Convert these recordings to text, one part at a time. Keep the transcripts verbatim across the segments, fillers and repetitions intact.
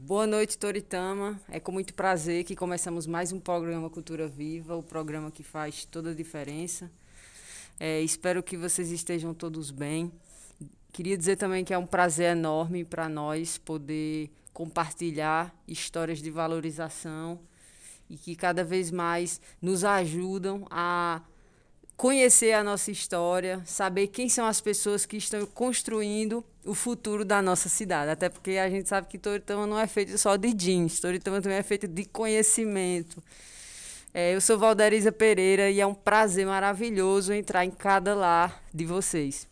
Boa noite, Toritama. É com muito prazer que começamos mais um programa Cultura Viva, o programa que faz toda a diferença. É, espero que vocês estejam todos bem. Queria dizer também que é um prazer enorme para nós poder compartilhar histórias de valorização e que cada vez mais nos ajudam a conhecer a nossa história, saber quem são as pessoas que estão construindo o futuro da nossa cidade. Até porque a gente sabe que Toritama não é feito só de jeans, Toritama também é feito de conhecimento. É, eu sou Valderiza Pereira e é um prazer maravilhoso entrar em cada lar de vocês.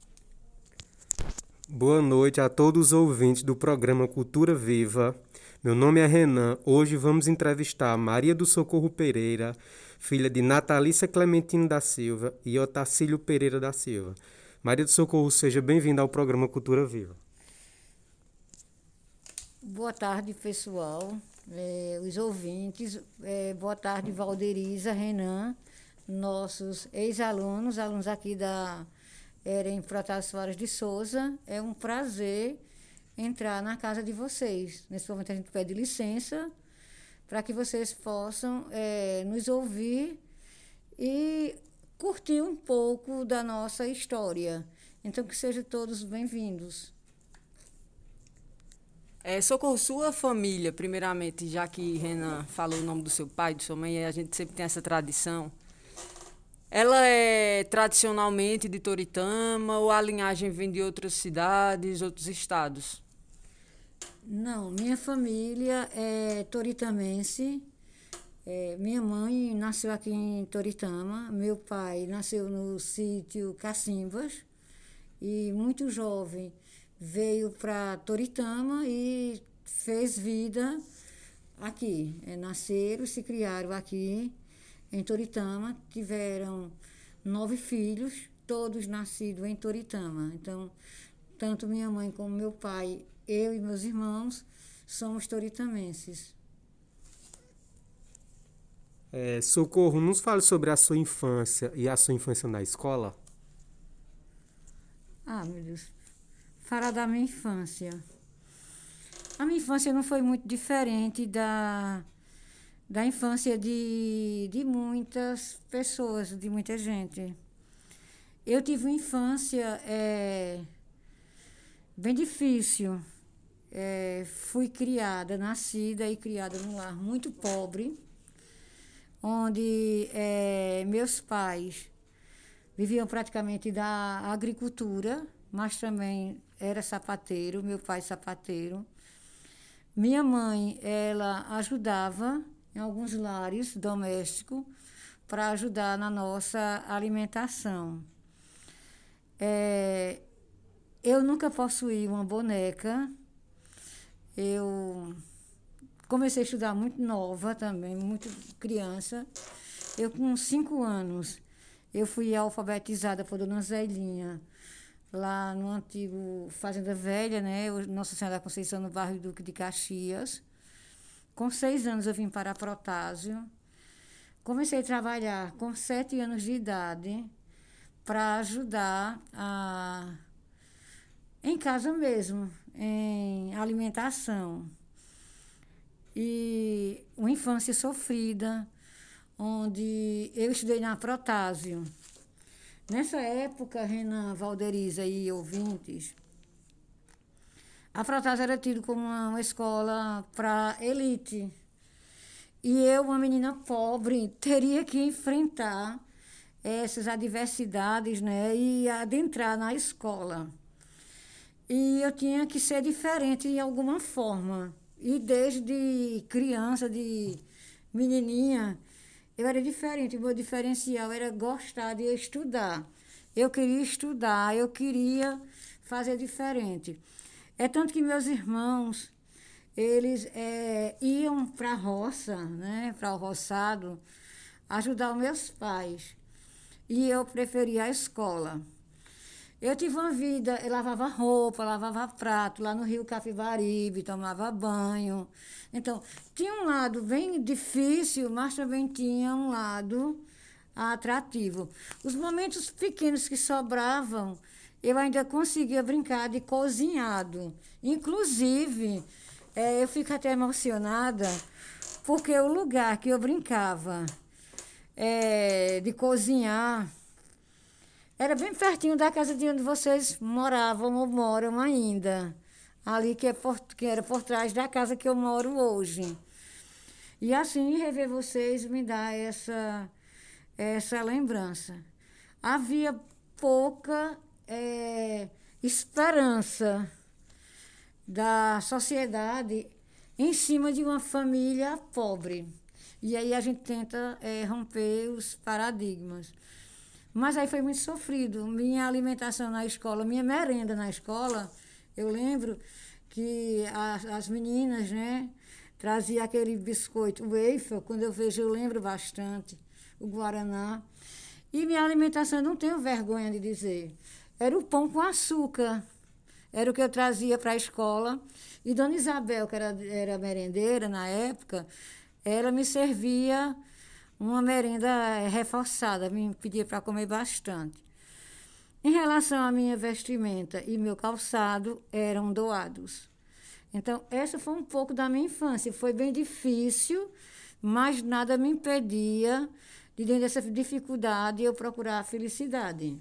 Boa noite a todos os ouvintes do programa Cultura Viva. Meu nome é Renan. Hoje vamos entrevistar Maria do Socorro Pereira, filha de Natalícia Clementino da Silva e Otacílio Pereira da Silva. Maria do Socorro, seja bem-vinda ao programa Cultura Viva. Boa tarde, pessoal, é, os ouvintes. É, boa tarde, Valderiza, Renan, nossos ex-alunos, alunos aqui da Erem Protásio Soares de Souza. É um prazer entrar na casa de vocês. Nesse momento a gente pede licença para que vocês possam é, nos ouvir e curtir um pouco da nossa história. Então, que sejam todos bem-vindos. É, Socorro, sua família, primeiramente, já que Renan falou o nome do seu pai, de sua mãe, e a gente sempre tem essa tradição. Ela é tradicionalmente de Toritama ou a linhagem vem de outras cidades, outros estados? Não, minha família é toritamense. É, minha mãe nasceu aqui em Toritama, meu pai nasceu no sítio Cacimbas e muito jovem veio para Toritama e fez vida aqui. É, nasceram, se criaram aqui em Toritama, tiveram nove filhos, todos nascidos em Toritama. Então, tanto minha mãe como meu pai, eu e meus irmãos, somos toritamenses. É, Socorro, nos fale sobre a sua infância e a sua infância na escola. Ah, meu Deus. Falar da minha infância. A minha infância não foi muito diferente da, da infância de, de muitas pessoas, de muita gente. Eu tive uma infância é, bem difícil. É, fui criada, nascida e criada num lar muito pobre, onde é, meus pais viviam praticamente da agricultura, mas também era sapateiro, meu pai sapateiro. Minha mãe, ela ajudava em alguns lares domésticos para ajudar na nossa alimentação. É, eu nunca possuí uma boneca. Eu comecei a estudar muito nova também, muito criança. Eu, com cinco anos, eu fui alfabetizada por Dona Zelinha, lá no antigo Fazenda Velha, né? Nossa Senhora da Conceição, no bairro Duque de Caxias. Com seis anos eu vim para Protásio. Comecei a trabalhar com sete anos de idade para ajudar a, em casa mesmo, em alimentação. E uma infância sofrida, onde eu estudei na Protásio. Nessa época, Renan, Valderiza e ouvintes, a Protásio era tida como uma, uma escola para elite. E eu, uma menina pobre, teria que enfrentar essas adversidades, né, e adentrar na escola. E eu tinha que ser diferente de alguma forma. E desde criança, de menininha, eu era diferente. O meu diferencial era gostar de estudar. Eu queria estudar, eu queria fazer diferente. É tanto que meus irmãos, eles é, iam para a roça, né, para o roçado, ajudar os meus pais. E eu preferia a escola. Eu tive uma vida, eu lavava roupa, lavava prato, lá no Rio Capibaribe, tomava banho. Então, tinha um lado bem difícil, mas também tinha um lado atrativo. Os momentos pequenos que sobravam, eu ainda conseguia brincar de cozinhado. Inclusive, É, eu fico até emocionada, porque o lugar que eu brincava é, de cozinhar era bem pertinho da casa de onde vocês moravam ou moram ainda. Ali que, é por, que era por trás da casa que eu moro hoje. E assim, rever vocês me dá essa, essa lembrança. Havia pouca é, esperança da sociedade em cima de uma família pobre. E aí a gente tenta é, romper os paradigmas. Mas aí foi muito sofrido. Minha alimentação na escola, minha merenda na escola, eu lembro que as, as meninas, né, traziam aquele biscoito, o waffle, quando eu vejo, eu lembro bastante, o guaraná. E minha alimentação, eu não tenho vergonha de dizer, era o pão com açúcar. Era o que eu trazia para a escola. E Dona Isabel, que era, era merendeira na época, ela me servia uma merenda reforçada, me pedia para comer bastante. Em relação à minha vestimenta e meu calçado, eram doados. Então, essa foi um pouco da minha infância. Foi bem difícil, mas nada me impedia de, dentro dessa dificuldade, eu procurar a felicidade.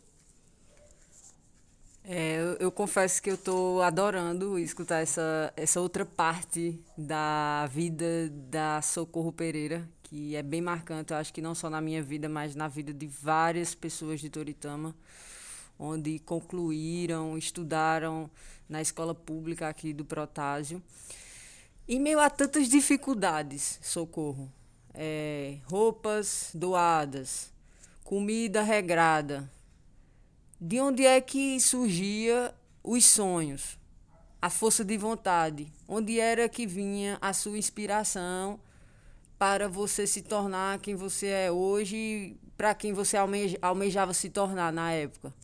É, eu, eu confesso que eu estou adorando escutar essa, essa outra parte da vida da Socorro Pereira, que é bem marcante, eu acho que não só na minha vida, mas na vida de várias pessoas de Toritama, onde concluíram, estudaram na escola pública aqui do Protásio. Em meio a tantas dificuldades, Socorro, é, roupas doadas, comida regrada, de onde é que surgia os sonhos, a força de vontade? Onde era que vinha a sua inspiração para você se tornar quem você é hoje, para quem você almeja, almejava se tornar na época?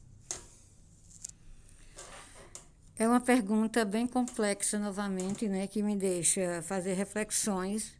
É uma pergunta bem complexa, novamente, né, que me deixa fazer reflexões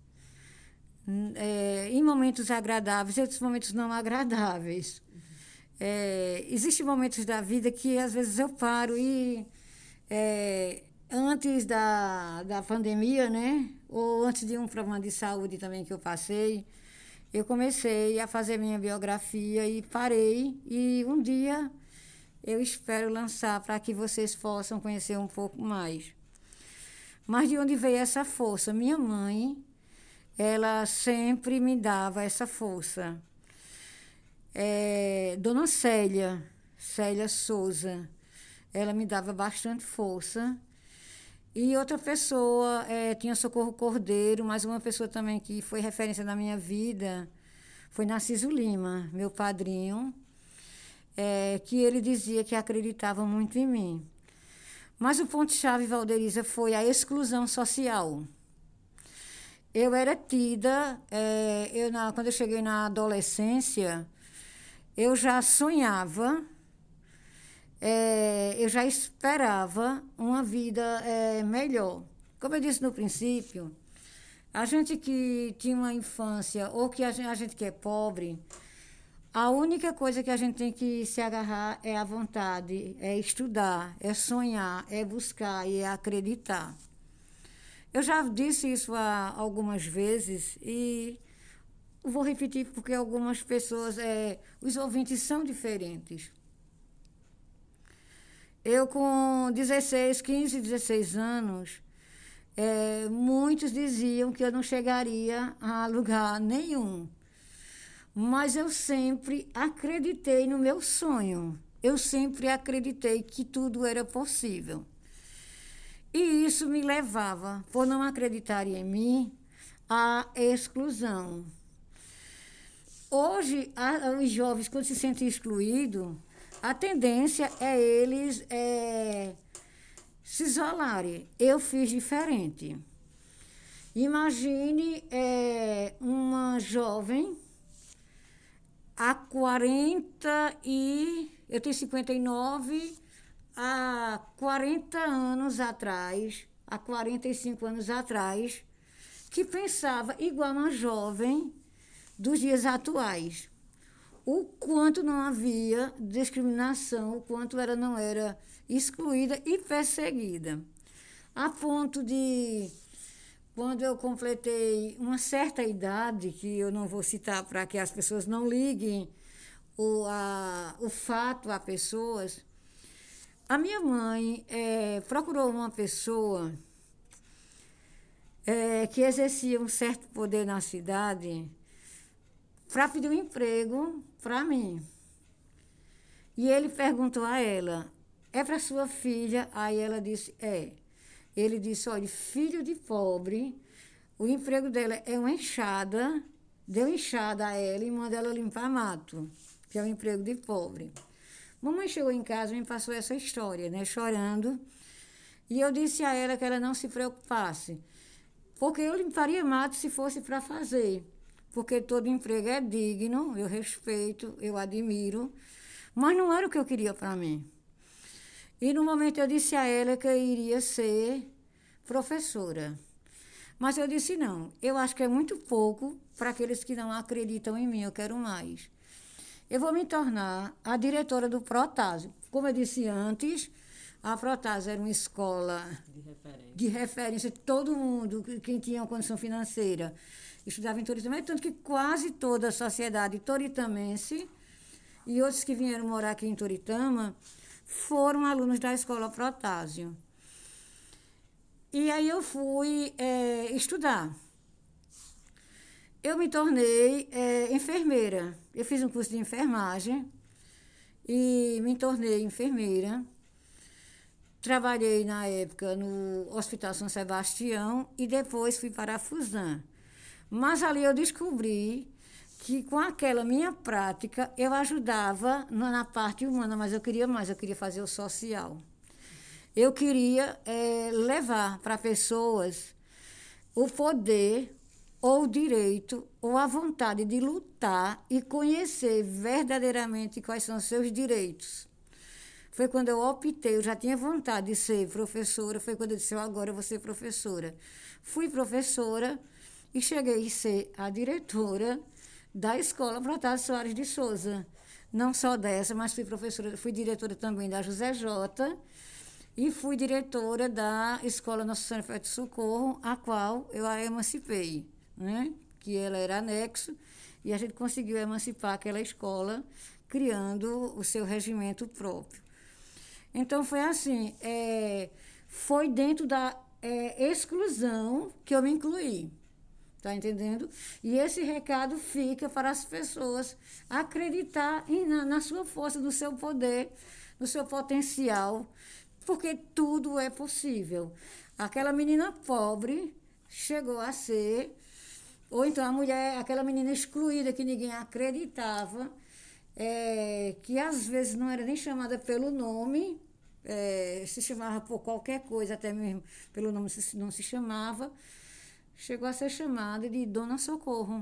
é, em momentos agradáveis e outros momentos não agradáveis. É, existem momentos da vida que, às vezes, eu paro e, é, antes da, da pandemia, né, ou antes de um problema de saúde também que eu passei, eu comecei a fazer minha biografia e parei. E um dia eu espero lançar para que vocês possam conhecer um pouco mais. Mas de onde veio essa força? Minha mãe, ela sempre me dava essa força. É, Dona Célia, Célia Souza, ela me dava bastante força. E outra pessoa, é, tinha Socorro Cordeiro, mas uma pessoa também que foi referência na minha vida foi Narciso Lima, meu padrinho, é, que ele dizia que acreditava muito em mim. Mas o ponto-chave, Valderiza, foi a exclusão social. Eu era tida, é, eu na, quando eu cheguei na adolescência, eu já sonhava, é, eu já esperava uma vida é, melhor. Como eu disse no princípio, a gente que tinha uma infância, ou que a gente, a gente que é pobre, a única coisa que a gente tem que se agarrar é a vontade, é estudar, é sonhar, é buscar e é acreditar. Eu já disse isso há algumas vezes e vou repetir porque algumas pessoas, é, os ouvintes são diferentes. Eu, com dezesseis, quinze, dezesseis anos, é, muitos diziam que eu não chegaria a lugar nenhum. Mas eu sempre acreditei no meu sonho. Eu sempre acreditei que tudo era possível. E isso me levava, por não acreditar em mim, à exclusão. Hoje, a, os jovens, quando se sentem excluídos, a tendência é eles é, se isolarem. Eu fiz diferente. Imagine é, uma jovem há quarenta e... Eu tenho cinquenta e nove, há quarenta anos atrás, há quarenta e cinco anos atrás, que pensava igual uma jovem dos dias atuais. O quanto não havia discriminação, o quanto ela não era excluída e perseguida. a ponto de, quando eu completei uma certa idade, que eu não vou citar para que as pessoas não liguem o, a, o fato a pessoas, a minha mãe é, procurou uma pessoa é, que exercia um certo poder na cidade para pedir um emprego para mim. E ele perguntou a ela, é para sua filha? Aí ela disse, é. Ele disse, olha, filho de pobre, o emprego dela é uma enxada, deu enxada a ela e manda ela limpar mato, que é o emprego de pobre. Mamãe chegou em casa e me passou essa história, né, chorando, e eu disse a ela que ela não se preocupasse, porque eu limparia mato se fosse para fazer, porque todo emprego é digno, eu respeito, eu admiro, mas não era o que eu queria para mim. E no momento eu disse a ela que eu iria ser professora. Mas eu disse não, eu acho que é muito pouco para aqueles que não acreditam em mim, eu quero mais. Eu vou me tornar a diretora do Protásio. Como eu disse antes, a Protásio era uma escola De referência. de referência de todo mundo, quem tinha uma condição financeira. Estudava em Toritama, tanto que quase toda a sociedade toritamense e outros que vieram morar aqui em Toritama foram alunos da escola Protásio. E aí eu fui é, estudar. Eu me tornei é, enfermeira. Eu fiz um curso de enfermagem e me tornei enfermeira. Trabalhei, na época, no Hospital São Sebastião e depois fui para a Fusan. Mas ali eu descobri que com aquela minha prática eu ajudava na parte humana, mas eu queria mais, eu queria fazer o social. Eu queria é, levar para pessoas o poder ou o direito ou a vontade de lutar e conhecer verdadeiramente quais são os seus direitos. Foi quando eu optei, eu já tinha vontade de ser professora, foi quando eu disse, agora eu vou ser professora. Fui professora e cheguei a ser a diretora da Escola Protásio Soares de Souza. Não só dessa, mas fui professora, fui diretora também da José J. E fui diretora da Escola Nossa Senhora Perpétua Socorro, a qual eu a emancipei, né? Que ela era anexo, e a gente conseguiu emancipar aquela escola, criando o seu regimento próprio. Então, foi assim, é, foi dentro da é, exclusão que eu me incluí. Está entendendo? E esse recado fica para as pessoas acreditar em, na, na sua força, no seu poder, no seu potencial, porque tudo é possível. Aquela menina pobre chegou a ser, ou então a mulher, aquela menina excluída que ninguém acreditava, é, que às vezes não era nem chamada pelo nome, é, se chamava por qualquer coisa, até mesmo pelo nome não se chamava, chegou a ser chamada de Dona Socorro.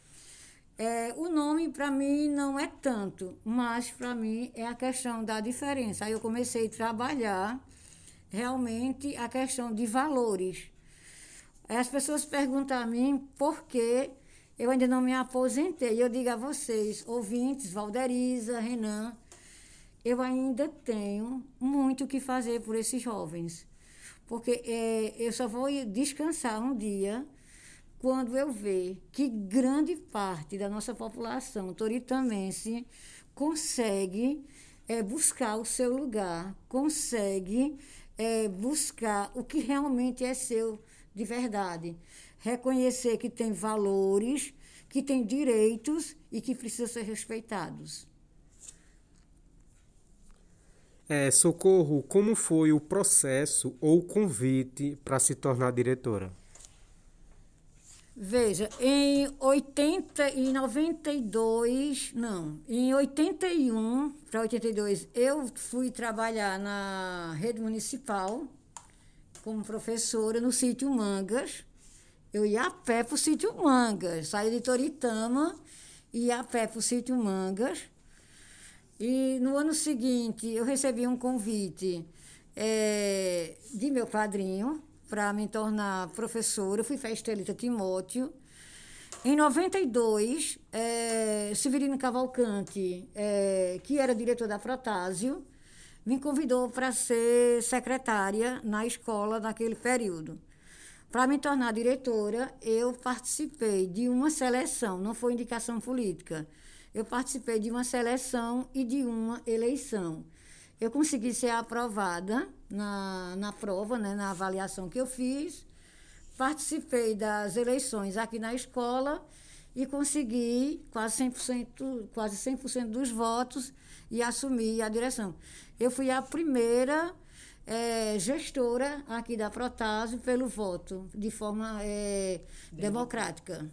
É, o nome, para mim, não é tanto, mas, para mim, é a questão da diferença. Aí eu comecei a trabalhar, realmente, a questão de valores. Aí as pessoas perguntam a mim por que eu ainda não me aposentei. Eu digo a vocês, ouvintes, Valderiza, Renan, eu ainda tenho muito o que fazer por esses jovens. Porque é, eu só vou descansar um dia quando eu ver que grande parte da nossa população toritamense consegue é, buscar o seu lugar, consegue é, buscar o que realmente é seu de verdade. Reconhecer que tem valores, que tem direitos e que precisam ser respeitados. É, Socorro, como foi o processo ou o convite para se tornar diretora? Veja, em oitenta e noventa e dois, não, em oitenta e um para oitenta e dois, eu fui trabalhar na rede municipal como professora no sítio Mangas. Eu ia a pé para o sítio Mangas, saí de Toritama, ia a pé para o sítio Mangas. E no ano seguinte, eu recebi um convite é, de meu padrinho para me tornar professora. Eu fui para a Estelita Timóteo. Em noventa e dois, é, Severino Cavalcante, é, que era diretor da Protásio, me convidou para ser secretária na escola naquele período. Para me tornar diretora, eu participei de uma seleção, não foi indicação política. Eu participei de uma seleção e de uma eleição. Eu consegui ser aprovada na, na prova, né, na avaliação que eu fiz. Participei das eleições aqui na escola e consegui quase cem por cento, quase cem por cento dos votos e assumi a direção. Eu fui a primeira é, gestora aqui da Protásio pelo voto, de forma é, democrática.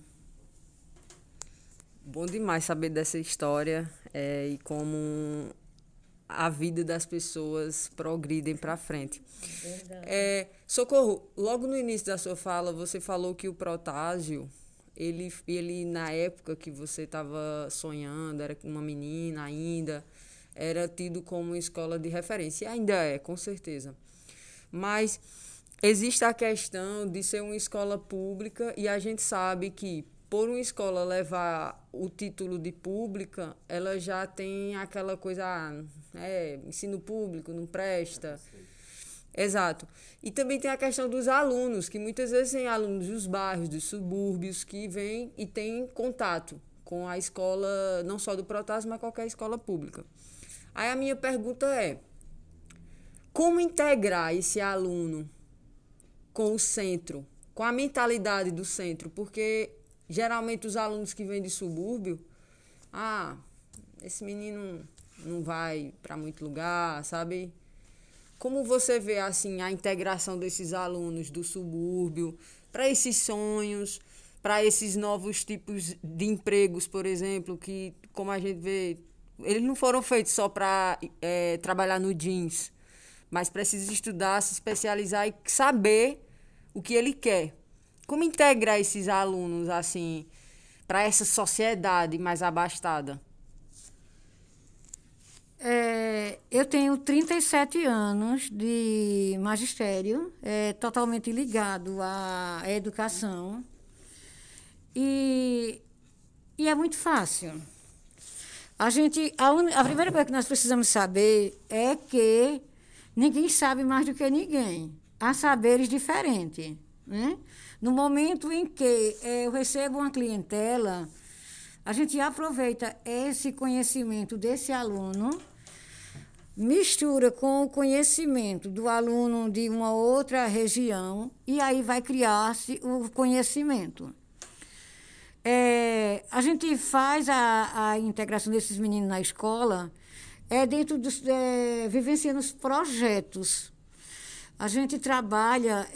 Bom demais saber dessa história é, e como a vida das pessoas progridem para frente. É, Socorro, logo no início da sua fala, você falou que o Protásio, ele, ele na época que você estava sonhando, era uma menina ainda, era tido como escola de referência. E ainda é, com certeza. Mas existe a questão de ser uma escola pública e a gente sabe que, por uma escola levar o título de pública, ela já tem aquela coisa, ah, é, ensino público, não presta. Exato. E também tem a questão dos alunos, que muitas vezes tem alunos dos bairros, dos subúrbios, que vêm e têm contato com a escola, não só do Protásio, mas qualquer escola pública. Aí a minha pergunta é, como integrar esse aluno com o centro, com a mentalidade do centro? Porque geralmente os alunos que vêm de subúrbio, ah, esse menino não vai para muito lugar, sabe? Como você vê assim a integração desses alunos do subúrbio para esses sonhos, para esses novos tipos de empregos, por exemplo, que, como a gente vê, eles não foram feitos só para é, trabalhar no jeans, mas precisa estudar, se especializar e saber o que ele quer. Como integrar esses alunos assim para essa sociedade mais abastada? É, eu tenho trinta e sete anos de magistério, é, totalmente ligado à educação. E, e é muito fácil. A, gente, a, un, a primeira coisa que nós precisamos saber é que ninguém sabe mais do que ninguém. Há saberes diferentes, né? No momento em que é, eu recebo uma clientela, a gente aproveita esse conhecimento desse aluno, mistura com o conhecimento do aluno de uma outra região e aí vai criar-se o conhecimento. É, a gente faz a, a integração desses meninos na escola é dentro dos, é, vivenciando os projetos. A gente trabalha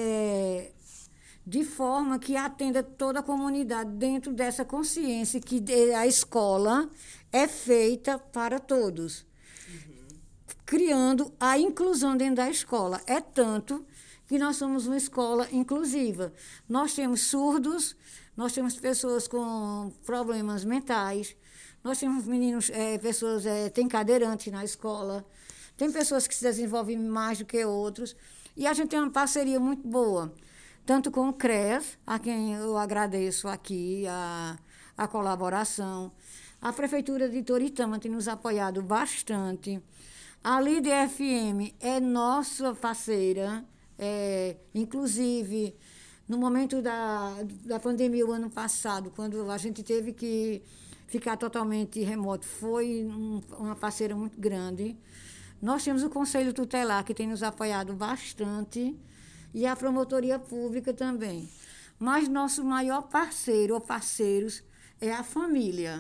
é, de forma que atenda toda a comunidade dentro dessa consciência que a escola é feita para todos, uhum. Criando a inclusão dentro da escola. É tanto que nós somos uma escola inclusiva. Nós temos surdos, nós temos pessoas com problemas mentais, nós temos meninos, é, pessoas, é, tem cadeirantes na escola, tem pessoas que se desenvolvem mais do que outros, e a gente tem uma parceria muito boa, tanto com o CREAS, a quem eu agradeço aqui a, a colaboração. A Prefeitura de Toritama tem nos apoiado bastante. A Líder F M é nossa parceira, é, inclusive, no momento da, da pandemia, o ano passado, quando a gente teve que ficar totalmente remoto, foi um, uma parceira muito grande. Nós temos o Conselho Tutelar, que tem nos apoiado bastante, e a Promotoria Pública também. Mas nosso maior parceiro ou parceiros é a família.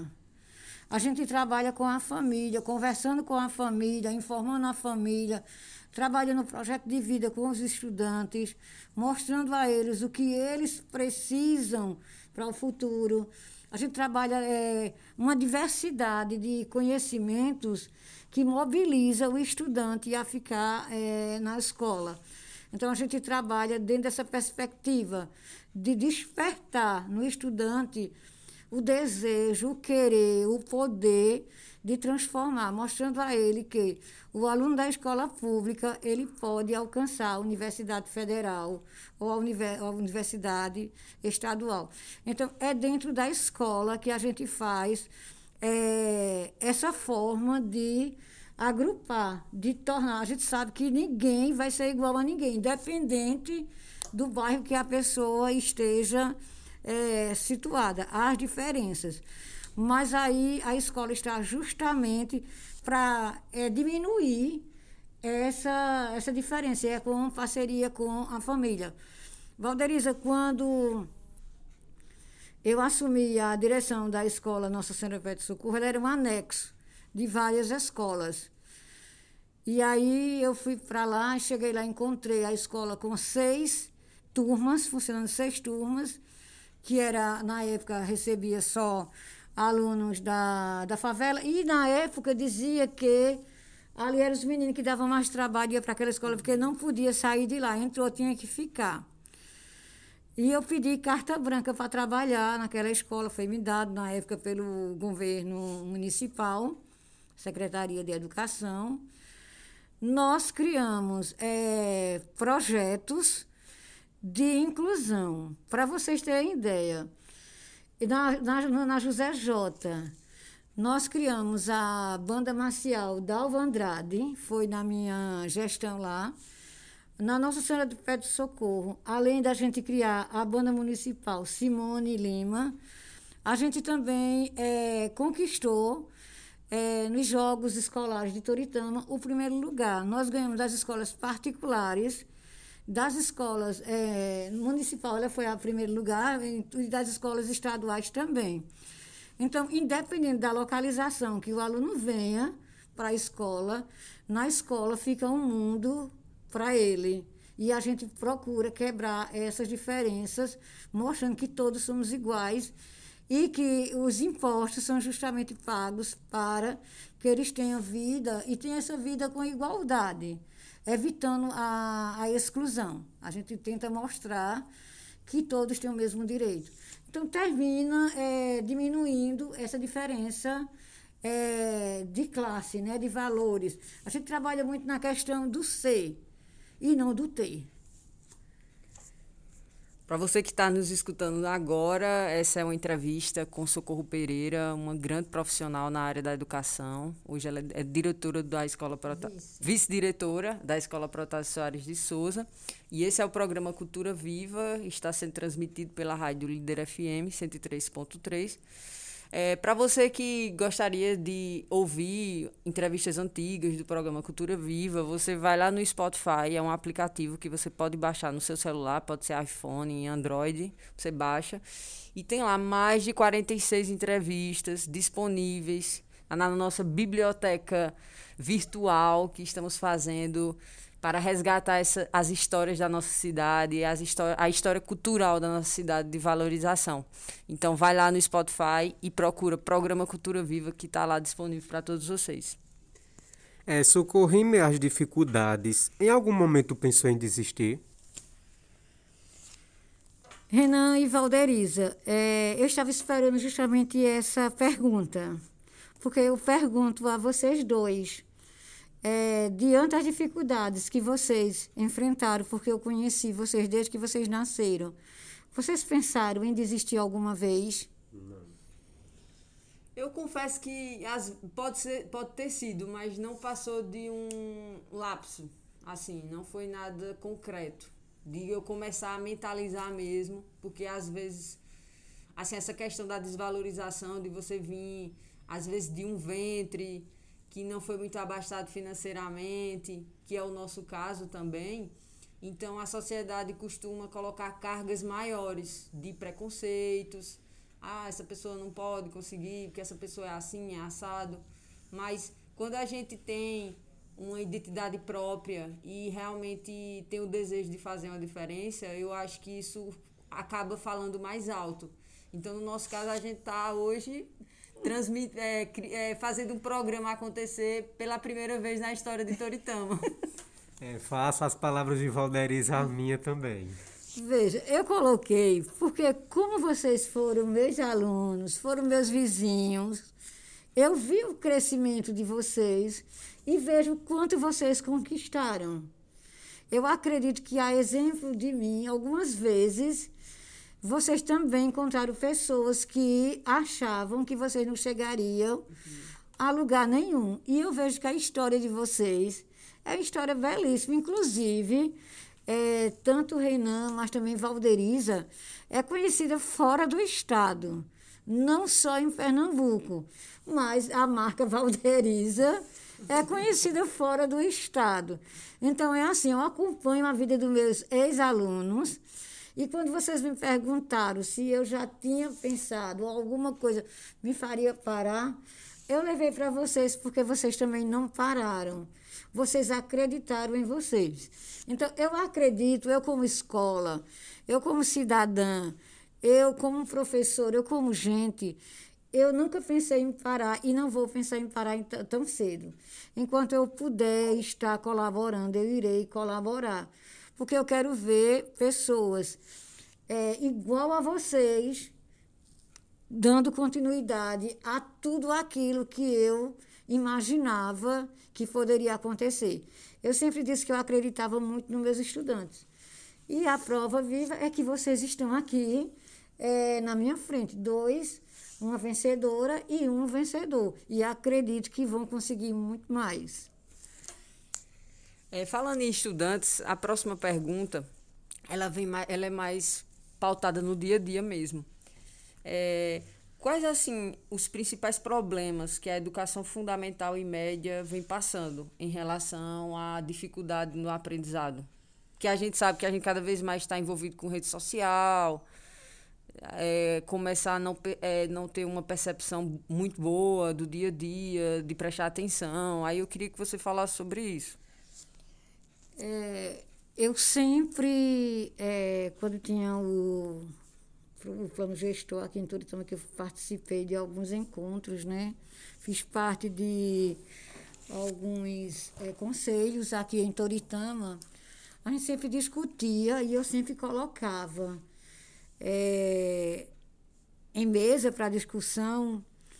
A gente trabalha com a família, conversando com a família, informando a família, trabalhando no projeto de vida com os estudantes, mostrando a eles o que eles precisam para o futuro. A gente trabalha é, uma diversidade de conhecimentos que mobiliza o estudante a ficar é, na escola. Então, a gente trabalha dentro dessa perspectiva de despertar no estudante o desejo, o querer, o poder de transformar, mostrando a ele que o aluno da escola pública ele pode alcançar a Universidade Federal ou a, univer, a Universidade Estadual. Então, é dentro da escola que a gente faz é, essa forma de agrupar, de tornar. A gente sabe que ninguém vai ser igual a ninguém, independente do bairro que a pessoa esteja é, situada. Há as diferenças. Mas aí a escola está justamente para é, diminuir essa, essa diferença, é com parceria com a família. Valderiza, quando eu assumi a direção da escola Nossa Senhora Pé de Socorro, ela era um anexo de várias escolas. E aí eu fui para lá, cheguei lá, encontrei a escola com seis turmas, funcionando seis turmas, que era, na época, recebia só alunos da, da favela, e na época dizia que ali eram os meninos que davam mais trabalho, ia para aquela escola, porque não podia sair de lá, entrou, tinha que ficar. E eu pedi carta branca para trabalhar naquela escola, foi me dado na época pelo governo municipal, Secretaria de Educação. Nós criamos é, projetos de inclusão. Para vocês terem ideia, na, na, na José J, nós criamos a banda marcial Dalva Andrade, foi na minha gestão lá. Na Nossa Senhora do Pé de Socorro, além da gente criar a banda municipal Simone Lima, a gente também é, conquistou, é, nos Jogos Escolares de Toritama, o primeiro lugar. Nós ganhamos das escolas particulares, das escolas é, municipais, ela foi a primeiro lugar, e das escolas estaduais também. Então, independente da localização que o aluno venha para a escola, na escola fica um mundo para ele. E a gente procura quebrar essas diferenças, mostrando que todos somos iguais e que os impostos são justamente pagos para que eles tenham vida e tenham essa vida com igualdade, evitando a, a exclusão. A gente tenta mostrar que todos têm o mesmo direito. Então, termina é, diminuindo essa diferença é, de classe, né, de valores. A gente trabalha muito na questão do ser e não do ter. Para você que está nos escutando agora, essa é uma entrevista com Socorro Pereira, uma grande profissional na área da educação. Hoje ela é diretora da Escola Prota... Vice. vice-diretora da Escola Protásio Soares de Souza. E esse é o programa Cultura Viva, está sendo transmitido pela rádio Líder F M cento e três ponto três. É, para você que gostaria de ouvir entrevistas antigas do programa Cultura Viva, você vai lá no Spotify, é um aplicativo que você pode baixar no seu celular, pode ser iPhone, Android, você baixa. E tem lá mais de quarenta e seis entrevistas disponíveis na nossa biblioteca virtual que estamos fazendo para resgatar essa, as histórias da nossa cidade, as a história cultural da nossa cidade de valorização. Então, vai lá no Spotify e procura Programa Cultura Viva, que está lá disponível para todos vocês. É, socorrer as dificuldades. Em algum momento pensou em desistir? Renan e Valderiza, é, eu estava esperando justamente essa pergunta, porque eu pergunto a vocês dois, É, diante das dificuldades que vocês enfrentaram, porque eu conheci vocês desde que vocês nasceram, vocês pensaram em desistir alguma vez? Não. Eu confesso que as, pode, ser, pode ter sido, mas não passou de um lapso. Assim, não foi nada concreto. De eu começar a mentalizar mesmo, porque às vezes, assim, essa questão da desvalorização, de você vir, às vezes, de um ventre que não foi muito abastado financeiramente, que é o nosso caso também. Então, a sociedade costuma colocar cargas maiores de preconceitos. Ah, essa pessoa não pode conseguir, porque essa pessoa é assim, é assado. Mas, quando a gente tem uma identidade própria e realmente tem o desejo de fazer uma diferença, eu acho que isso acaba falando mais alto. Então, no nosso caso, a gente está hoje transmite, é, é, fazendo um programa acontecer pela primeira vez na história de Toritama. É, faça as palavras de Valderiza a minha também. Veja, eu coloquei, porque como vocês foram meus alunos, foram meus vizinhos, eu vi o crescimento de vocês e vejo o quanto vocês conquistaram. Eu acredito que, a exemplo de mim, algumas vezes, vocês também encontraram pessoas que achavam que vocês não chegariam uhum. a lugar nenhum. E eu vejo que a história de vocês é uma história belíssima. Inclusive, é, tanto Renan, mas também Valderiza, é conhecida fora do estado, não só em Pernambuco, mas a marca Valderiza é conhecida fora do estado. Então, é assim, eu acompanho a vida dos meus ex-alunos, e quando vocês me perguntaram se eu já tinha pensado alguma coisa me faria parar, eu levei para vocês porque vocês também não pararam. Vocês acreditaram em vocês. Então, eu acredito, eu como escola, eu como cidadã, eu como professor, eu como gente, eu nunca pensei em parar e não vou pensar em parar tão cedo. Enquanto eu puder estar colaborando, eu irei colaborar. Porque eu quero ver pessoas é, igual a vocês, dando continuidade a tudo aquilo que eu imaginava que poderia acontecer. Eu sempre disse que eu acreditava muito nos meus estudantes. E a prova viva é que vocês estão aqui é, na minha frente. Dois, uma vencedora e um vencedor. E acredito que vão conseguir muito mais. É, falando em estudantes, a próxima pergunta ela, vem mais, ela é mais pautada no dia a dia mesmo. É, quais, assim, os principais problemas que a educação fundamental e média vem passando em relação à dificuldade no aprendizado? Que a gente sabe que a gente cada vez mais está envolvido com rede social, é, começar a não, é, não ter uma percepção muito boa do dia a dia, de prestar atenção. Aí eu queria que você falasse sobre isso. É, eu sempre, é, quando tinha o... o plano gestor aqui em Toritama, que eu participei de alguns encontros, né? Fiz parte de alguns é, conselhos aqui em Toritama. A gente sempre discutia e eu sempre colocava é, em mesa para discussão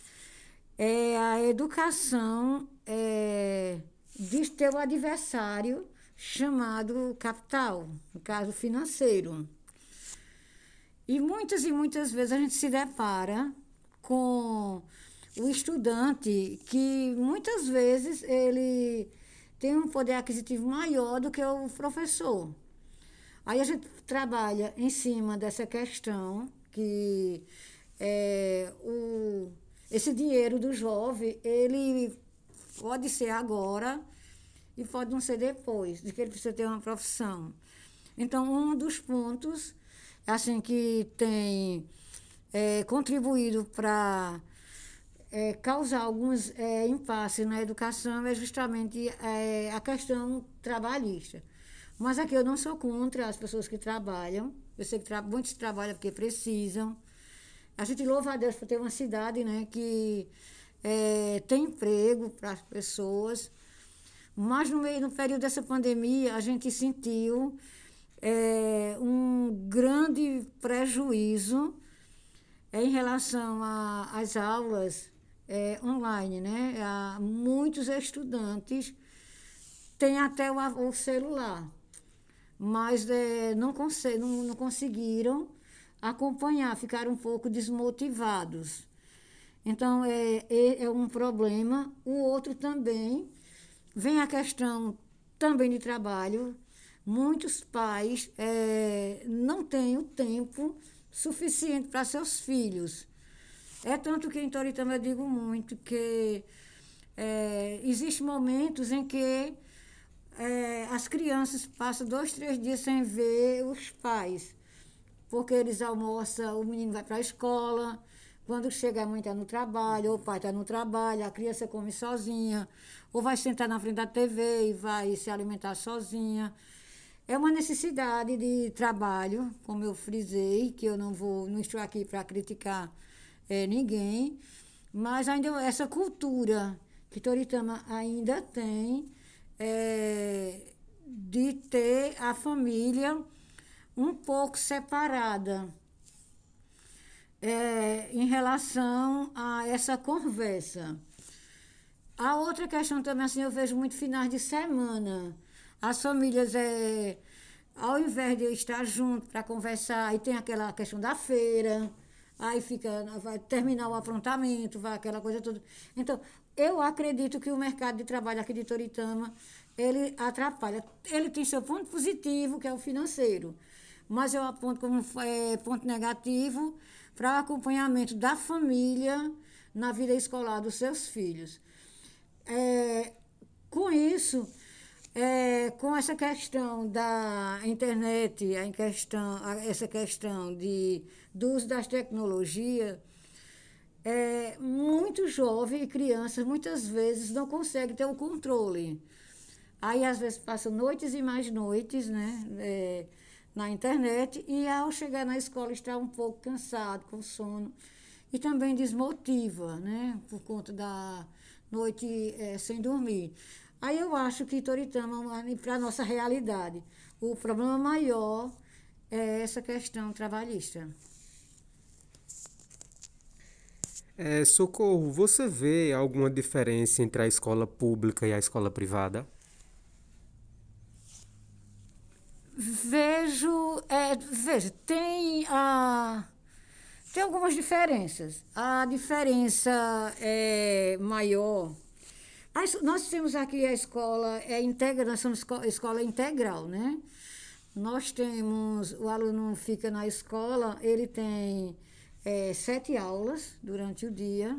é, a educação é, de ter o adversário chamado capital, no caso financeiro. E muitas e muitas vezes a gente se depara com o estudante que muitas vezes ele tem um poder aquisitivo maior do que o professor. Aí a gente trabalha em cima dessa questão que é, o, esse dinheiro do jovem, ele pode ser agora e pode não ser depois, de que ele precisa ter uma profissão. Então, um dos pontos assim, que tem é, contribuído para é, causar alguns é, impasses na educação é justamente é, a questão trabalhista. Mas aqui eu não sou contra as pessoas que trabalham. Eu sei que tra muitos trabalham porque precisam. A gente louva a Deus por ter uma cidade, né, que é, tem emprego para as pessoas. Mas no meio, no período dessa pandemia, a gente sentiu é, um grande prejuízo é, em relação às aulas é, online, né? Há muitos estudantes têm até o, o celular, mas é, não, conse não, não conseguiram acompanhar, ficaram um pouco desmotivados. Então, é, é, é um problema. O outro também vem a questão também de trabalho. Muitos pais é, não têm o tempo suficiente para seus filhos. É tanto que em Toritama eu digo muito que é, existem momentos em que é, as crianças passam dois, três dias sem ver os pais, porque eles almoçam, o menino vai para a escola, quando chega a mãe está no trabalho, ou o pai está no trabalho, a criança come sozinha, ou vai sentar na frente da T V e vai se alimentar sozinha. É uma necessidade de trabalho, como eu frisei, que eu não vou, não estou aqui para criticar é, ninguém, mas ainda essa cultura que Toritama ainda tem é, de ter a família um pouco separada é, em relação a essa conversa. A outra questão também, assim, eu vejo muito finais de semana. As famílias, é, ao invés de estar junto para conversar, aí tem aquela questão da feira, aí fica, vai terminar o aprontamento, vai aquela coisa toda. Então, eu acredito que o mercado de trabalho aqui de Toritama, ele atrapalha. Ele tem seu ponto positivo, que é o financeiro, mas eu aponto como é, ponto negativo para o acompanhamento da família na vida escolar dos seus filhos. É, com isso, é, com essa questão da internet, a questão, a, essa questão de, do uso das tecnologias, é, muito jovem e crianças, muitas vezes, não conseguem ter o controle. Aí, às vezes, passam noites e mais noites, né, é, na internet, e ao chegar na escola está um pouco cansado, com sono, e também desmotiva, né, por conta da noite é, sem dormir. Aí eu acho que Toritama, para a nossa realidade, o problema maior é essa questão trabalhista. É, Socorro, você vê alguma diferença entre a escola pública e a escola privada? Vejo, é, veja, tem, a, tem algumas diferenças. A diferença é maior. A, nós temos aqui a escola, é integra, nós somos escola, escola integral, né? Nós temos, o aluno fica na escola, ele tem é, sete aulas durante o dia.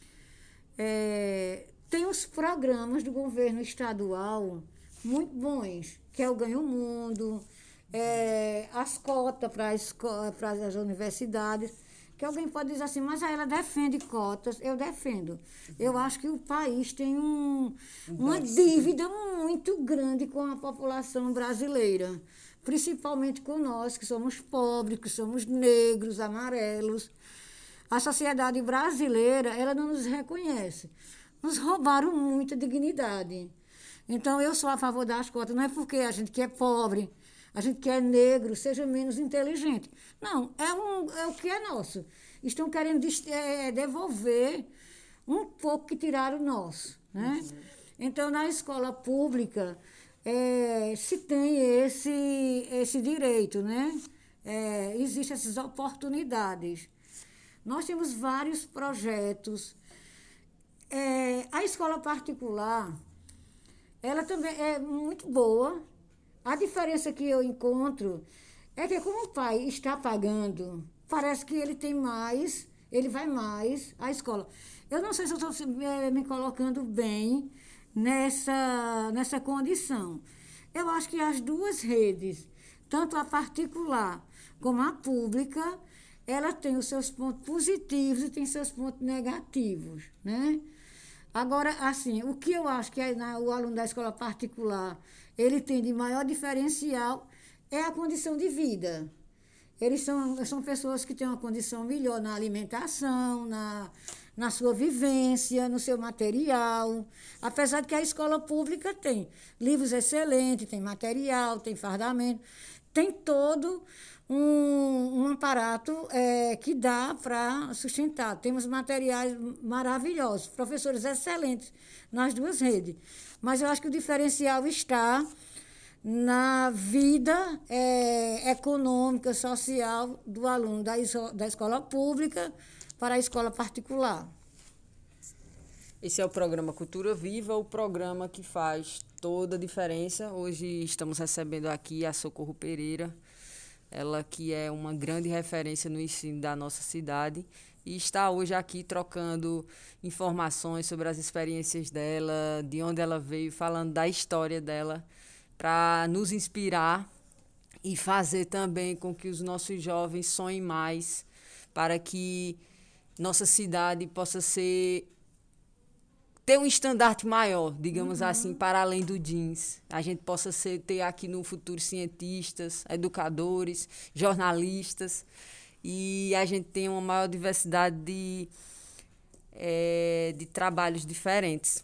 É, tem os programas do governo estadual muito bons, que é o Ganha o Mundo, é, as cotas para as universidades, que alguém pode dizer assim, mas ela defende cotas, eu defendo. Eu acho que o país tem um, uma dívida muito grande com a população brasileira, principalmente com nós, que somos pobres, que somos negros, amarelos. A sociedade brasileira, ela não nos reconhece. Nos roubaram muita dignidade. Então, eu sou a favor das cotas, não é porque a gente que é pobre, a gente que é negro, seja menos inteligente. Não, é, um, é o que é nosso. Estão querendo é, devolver um pouco que tiraram nosso, né? Uhum. Então, na escola pública, é, se tem esse, esse direito, né? É, existem essas oportunidades. Nós temos vários projetos. É, a escola particular, ela também é muito boa. A diferença que eu encontro é que, como o pai está pagando, parece que ele tem mais, ele vai mais à escola. Eu não sei se eu estou é, me colocando bem nessa, nessa condição. Eu acho que as duas redes, tanto a particular como a pública, ela tem os seus pontos positivos e tem seus pontos negativos, né? Agora, assim, o que eu acho que é, na, o aluno da escola particular, ele tem de maior diferencial é a condição de vida. Eles são, são pessoas que têm uma condição melhor na alimentação, na, na sua vivência, no seu material. Apesar de que a escola pública tem livros excelentes, tem material, tem fardamento, tem todo um, um aparato é, que dá para sustentar. Temos materiais maravilhosos, professores excelentes nas duas redes. Mas eu acho que o diferencial está na vida é, econômica, social do aluno da, da escola pública para a escola particular. Esse é o programa Cultura Viva, o programa que faz toda a diferença. Hoje estamos recebendo aqui a Socorro Pereira, ela que é uma grande referência no ensino da nossa cidade e está hoje aqui trocando informações sobre as experiências dela, de onde ela veio, falando da história dela, para nos inspirar e fazer também com que os nossos jovens sonhem mais, para que nossa cidade possa ser ter um estandarte maior, digamos uhum. assim, para além do jeans. A gente possa ser, ter aqui no futuro cientistas, educadores, jornalistas, e a gente tem uma maior diversidade de, é, de trabalhos diferentes.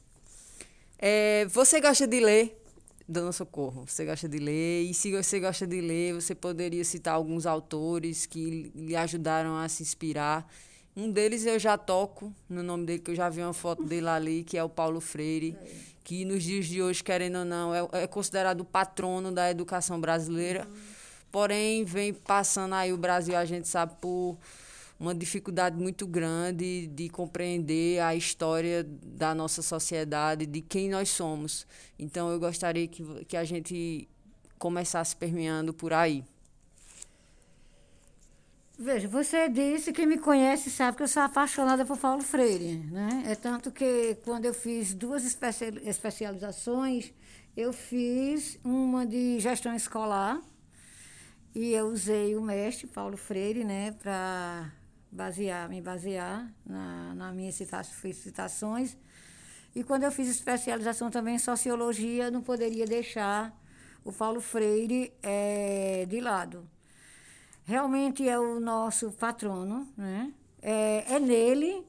É, você gosta de ler? Dona Socorro, você gosta de ler? E se você gosta de ler, você poderia citar alguns autores que lhe ajudaram a se inspirar. Um deles eu já toco no nome dele, que eu já vi uma foto dele ali, que é o Paulo Freire, é. que nos dias de hoje, querendo ou não, é, é considerado o patrono da educação brasileira. Uhum. Porém, vem passando aí o Brasil, a gente sabe, por uma dificuldade muito grande de compreender a história da nossa sociedade, de quem nós somos. Então, eu gostaria que, que a gente começasse permeando por aí. Veja, você disse, quem me conhece sabe que eu sou apaixonada por Paulo Freire, né? É tanto que, quando eu fiz duas especializações, eu fiz uma de gestão escolar e eu usei o mestre Paulo Freire, né, para basear, me basear na, na minhas cita- citações. E quando eu fiz especialização também em sociologia, não poderia deixar o Paulo Freire é, de lado. Realmente é o nosso patrono, né? É, é nele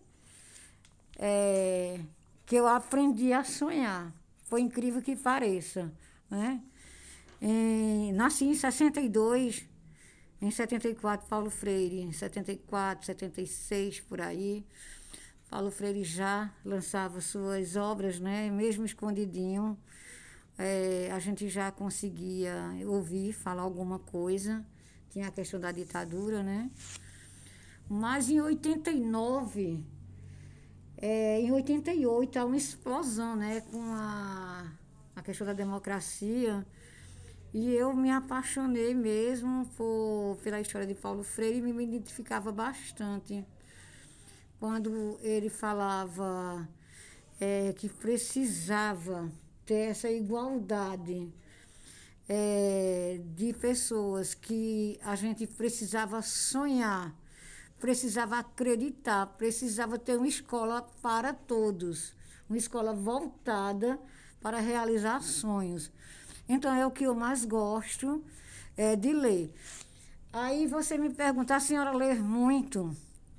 é, que eu aprendi a sonhar, por incrível que pareça, né? E, nasci em sessenta e dois, em setenta e quatro, Paulo Freire, em setenta e quatro, setenta e seis, por aí. Paulo Freire já lançava suas obras, né? Mesmo escondidinho, é, a gente já conseguia ouvir, falar alguma coisa. Tinha a questão da ditadura, né? Mas em oitenta e nove, é, em oitenta e oito, há uma explosão, né? Com a, a questão da democracia. E eu me apaixonei mesmo por, pela história de Paulo Freire e me identificava bastante. Quando ele falava é, que precisava ter essa igualdade é, de pessoas, que a gente precisava sonhar, precisava acreditar, precisava ter uma escola para todos, uma escola voltada para realizar sonhos. Então, é o que eu mais gosto é, de ler. Aí você me pergunta, a senhora lê muito?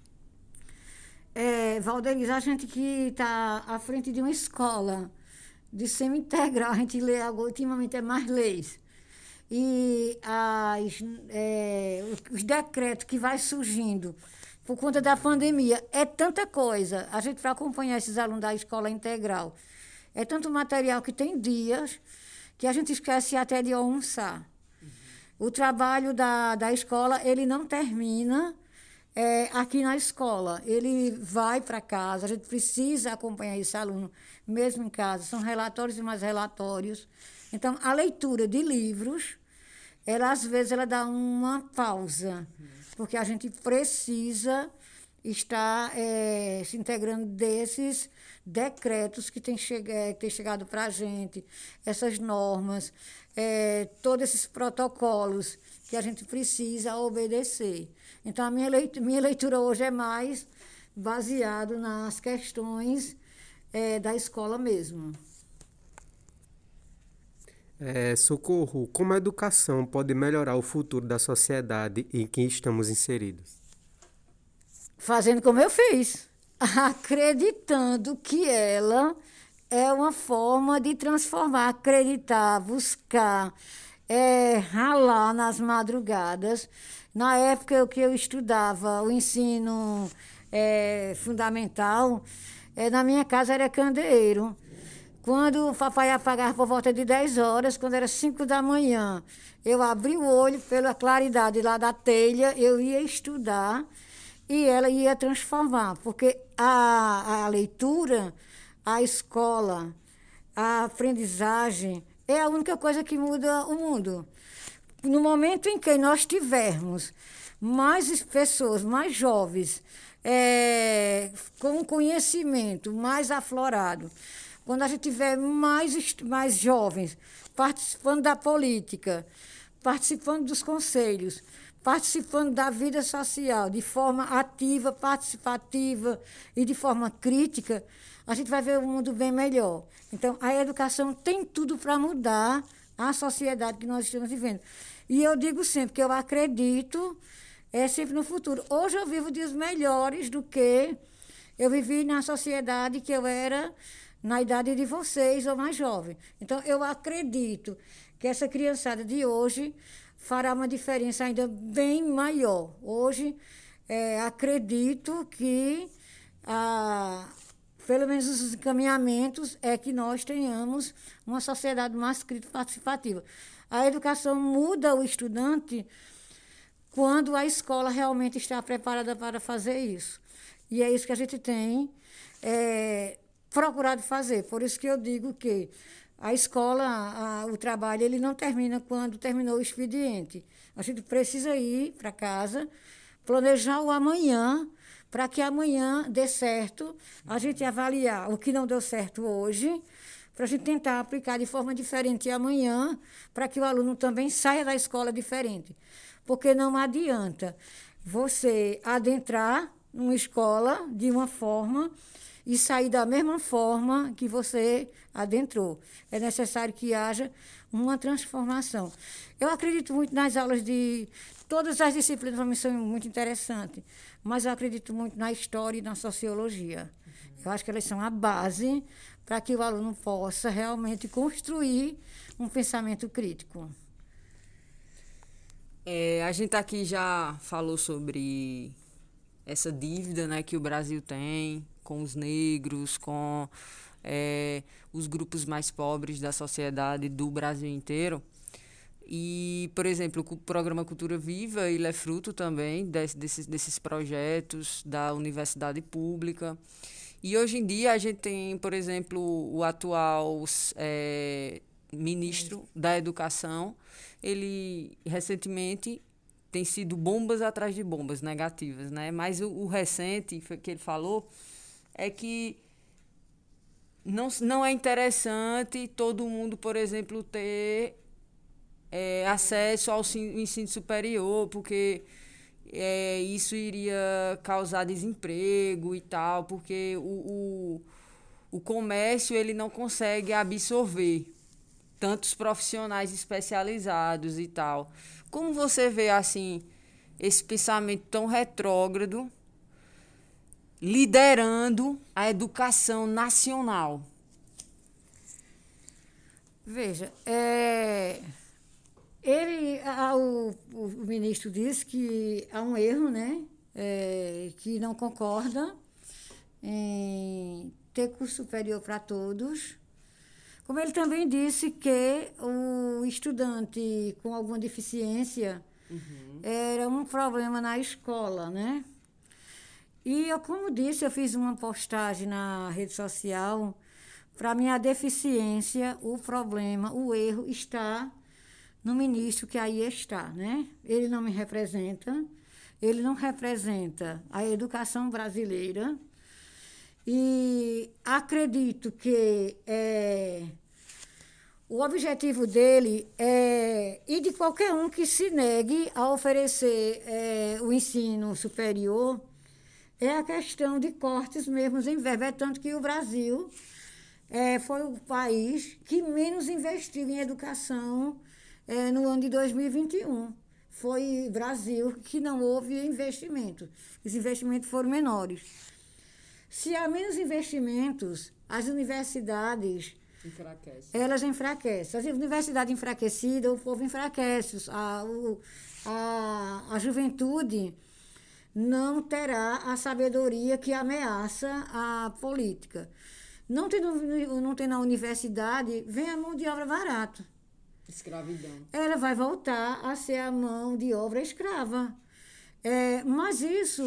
É, Valderiz, a gente que está à frente de uma escola de semi-integral, a gente lê agora, ultimamente é mais leis. E as, é, os decretos que vai surgindo por conta da pandemia, é tanta coisa. A gente vai acompanhar esses alunos da escola integral. É tanto material que tem dias que a gente esquece até de almoçar. Uhum. O trabalho da, da escola, ele não termina é, aqui na escola. Ele vai para casa, a gente precisa acompanhar esse aluno, mesmo em casa. São relatórios e mais relatórios. Então, a leitura de livros, ela, às vezes, ela dá uma pausa, uhum. porque a gente precisa estar é, se integrando desses decretos que têm che é, tem chegado para a gente, essas normas, é, todos esses protocolos que a gente precisa obedecer. Então, a minha leitura, minha leitura hoje é mais baseada nas questões é, da escola mesmo. É, Socorro, como a educação pode melhorar o futuro da sociedade em que estamos inseridos? Fazendo como eu fiz, acreditando que ela é uma forma de transformar, acreditar, buscar, é, ralar nas madrugadas. Na época que eu estudava o ensino é, fundamental, é, na minha casa era candeeiro. Quando o papai apagava por volta de dez horas, quando era cinco da manhã, eu abri o olho pela claridade lá da telha, eu ia estudar. E ela ia transformar, porque a, a leitura, a escola, a aprendizagem é a única coisa que muda o mundo. No momento em que nós tivermos mais pessoas, mais jovens, é, com conhecimento mais aflorado, quando a gente tiver mais, mais jovens participando da política, participando dos conselhos, participando da vida social de forma ativa, participativa e de forma crítica, a gente vai ver um mundo bem melhor. Então, a educação tem tudo para mudar a sociedade que nós estamos vivendo. E eu digo sempre que eu acredito é, sempre no futuro. Hoje eu vivo dias melhores do que eu vivi na sociedade que eu era na idade de vocês ou mais jovem. Então, eu acredito que essa criançada de hoje fará uma diferença ainda bem maior. Hoje, é, acredito que, ah, pelo menos os encaminhamentos, é que nós tenhamos uma sociedade mais crítica participativa. A educação muda o estudante quando a escola realmente está preparada para fazer isso. E é isso que a gente tem é, procurado fazer. Por isso que eu digo que a escola, a, o trabalho, ele não termina quando terminou o expediente. A gente precisa ir para casa, planejar o amanhã, para que amanhã dê certo, a gente avaliar o que não deu certo hoje, para a gente tentar aplicar de forma diferente amanhã, para que o aluno também saia da escola diferente. Porque não adianta você adentrar numa escola de uma forma e sair da mesma forma que você adentrou. É necessário que haja uma transformação. Eu acredito muito nas aulas de... Todas as disciplinas para mim são muito interessantes, mas eu acredito muito na história e na sociologia. Eu acho que elas são a base para que o aluno possa realmente construir um pensamento crítico. É, a gente aqui já falou sobre essa dívida, né, que o Brasil tem com os negros, com é, os grupos mais pobres da sociedade do Brasil inteiro. E, por exemplo, o programa Cultura Viva, ele é fruto também desse, desses, desses projetos da universidade pública. E hoje em dia a gente tem, por exemplo, o atual é, ministro da Educação. Ele, recentemente, tem sido bombas atrás de bombas negativas, né? Mas o, o recente que ele falou é que não, não é interessante todo mundo, por exemplo, ter é, acesso ao ensino superior, porque é, isso iria causar desemprego e tal, porque o, o, o comércio ele não consegue absorver tantos profissionais especializados e tal. Como você vê, assim, esse pensamento tão retrógrado liderando a educação nacional? Veja, é, ele, a, o, o ministro disse que há um erro, né? É, que não concorda em ter curso superior para todos. Como ele também disse que o estudante com alguma deficiência uhum. era um problema na escola, né? E eu, como disse, eu fiz uma postagem na rede social. Para mim, a deficiência, o problema, o erro está no ministro que aí está, né? Ele não me representa, ele não representa a educação brasileira. E acredito que é, o objetivo dele é, e de qualquer um que se negue a oferecer é, o ensino superior, é a questão de cortes mesmo em verba. É tanto que o Brasil é, foi o país que menos investiu em educação é, no ano de dois mil e vinte e um. Foi o Brasil que não houve investimento. Os investimentos foram menores. Se há menos investimentos, as universidades... Enfraquece. Elas enfraquecem. As universidades enfraquecidas, o povo enfraquece. A, o, a, a juventude não terá a sabedoria que ameaça a política. Não tem, não tem na universidade, vem a mão de obra barata. Escravidão. Ela vai voltar a ser a mão de obra escrava. É, mas isso...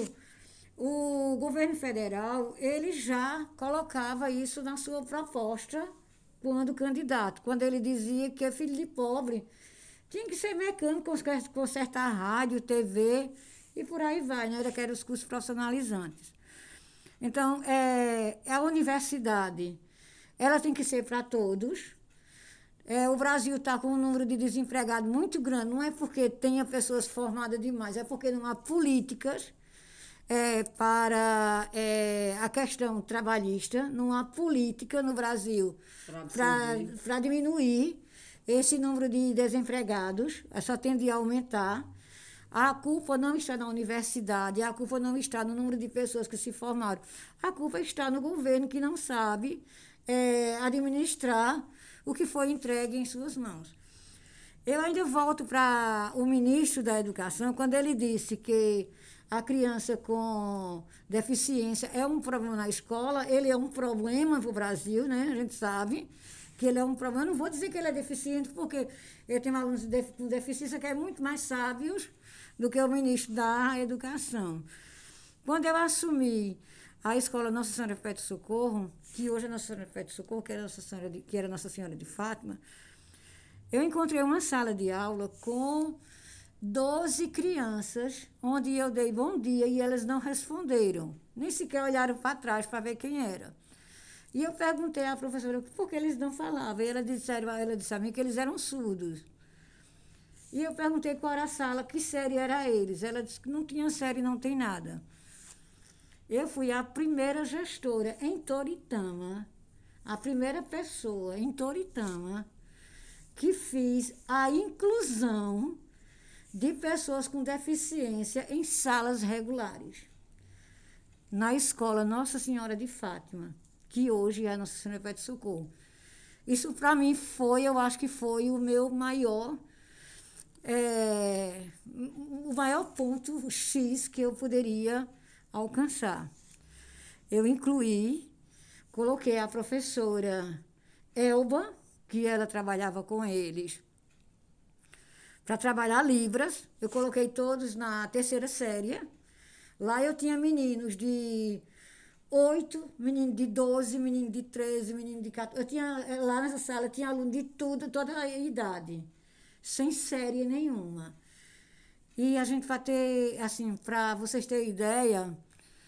O governo federal, ele já colocava isso na sua proposta quando candidato, quando ele dizia que é filho de pobre, tinha que ser mecânico, consertar rádio, T V e por aí vai, né? Era que eram os cursos profissionalizantes. Então, é, a universidade, ela tem que ser para todos. É, o Brasil está com um número de desempregados muito grande, não é porque tenha pessoas formadas demais, é porque não há políticas É, para é, a questão trabalhista, não há política no Brasil para diminuir esse número de desempregados, só tende a aumentar. A culpa não está na universidade, a culpa não está no número de pessoas que se formaram, a culpa está no governo que não sabe é, administrar o que foi entregue em suas mãos. Eu ainda volto para o ministro da Educação, quando ele disse que a criança com deficiência é um problema na escola, ele é um problema para o Brasil, né? A gente sabe. que ele é um problema. Eu não vou dizer que ele é deficiente, porque eu tenho alunos com deficiência que é muito mais sábios do que o ministro da Educação. Quando eu assumi a escola Nossa Senhora de Perpétuo Socorro, que hoje é Nossa Senhora de Perpétuo Socorro, que era Nossa Senhora de, que era Nossa Senhora de Fátima, eu encontrei uma sala de aula com doze crianças, onde eu dei bom dia e elas não responderam, nem sequer olharam para trás para ver quem era. E eu perguntei à professora por que eles não falavam. E ela disse, ela disse a mim que eles eram surdos. E eu perguntei qual era a sala, que série era eles. Ela disse que não tinha série, não tem nada. Eu fui a primeira gestora em Toritama, a primeira pessoa em Toritama que fiz a inclusão de pessoas com deficiência em salas regulares, na escola Nossa Senhora de Fátima, que hoje é a Nossa Senhora de Perpétuo Socorro. Isso, para mim, foi, eu acho que foi o meu maior, é, o maior ponto X que eu poderia alcançar. Eu incluí, coloquei a professora Elba, que ela trabalhava com eles, para trabalhar Libras. Eu coloquei todos na terceira série. Lá eu tinha meninos de oito, menino de doze, menino de treze, menino de quatorze. Eu tinha, lá nessa sala tinha aluno de tudo, toda a idade, sem série nenhuma. E a gente vai ter, assim, para vocês terem ideia,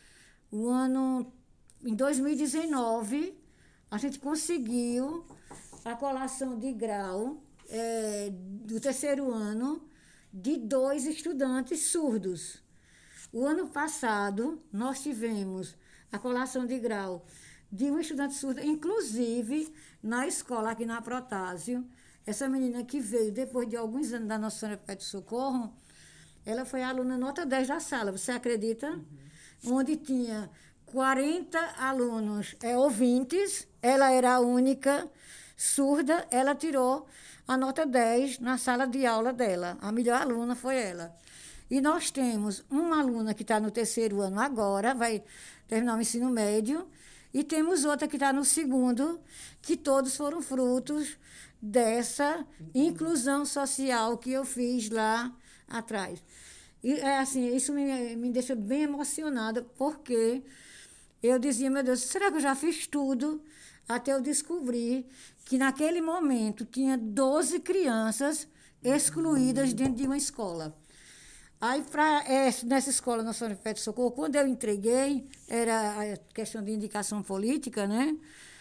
o ano, em dois mil e dezenove, a gente conseguiu a colação de grau é, do terceiro ano de dois estudantes surdos. O ano passado, nós tivemos a colação de grau de um estudante surdo, inclusive na escola aqui na Protásio. Essa menina que veio depois de alguns anos da Nossa Senhora de Perpétuo Socorro, ela foi a aluna nota dez da sala, você acredita? Uhum. Onde tinha quarenta alunos é, ouvintes, ela era a única surda, ela tirou a nota dez na sala de aula dela. A melhor aluna foi ela. E nós temos uma aluna que está no terceiro ano agora, vai terminar o ensino médio, e temos outra que está no segundo, que todos foram frutos dessa inclusão social que eu fiz lá atrás. E, é, assim, isso me, me deixa bem emocionada, porque eu dizia, meu Deus, será que eu já fiz tudo? Até eu descobrir que, naquele momento, tinha doze crianças excluídas dentro de uma escola. Aí, pra, é, nessa escola Nossa Senhora de Perpétuo Socorro, quando eu entreguei, era a questão de indicação política, né?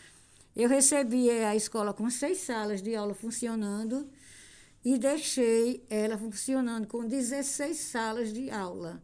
Eu recebi a escola com seis salas de aula funcionando e deixei ela funcionando com dezesseis salas de aula.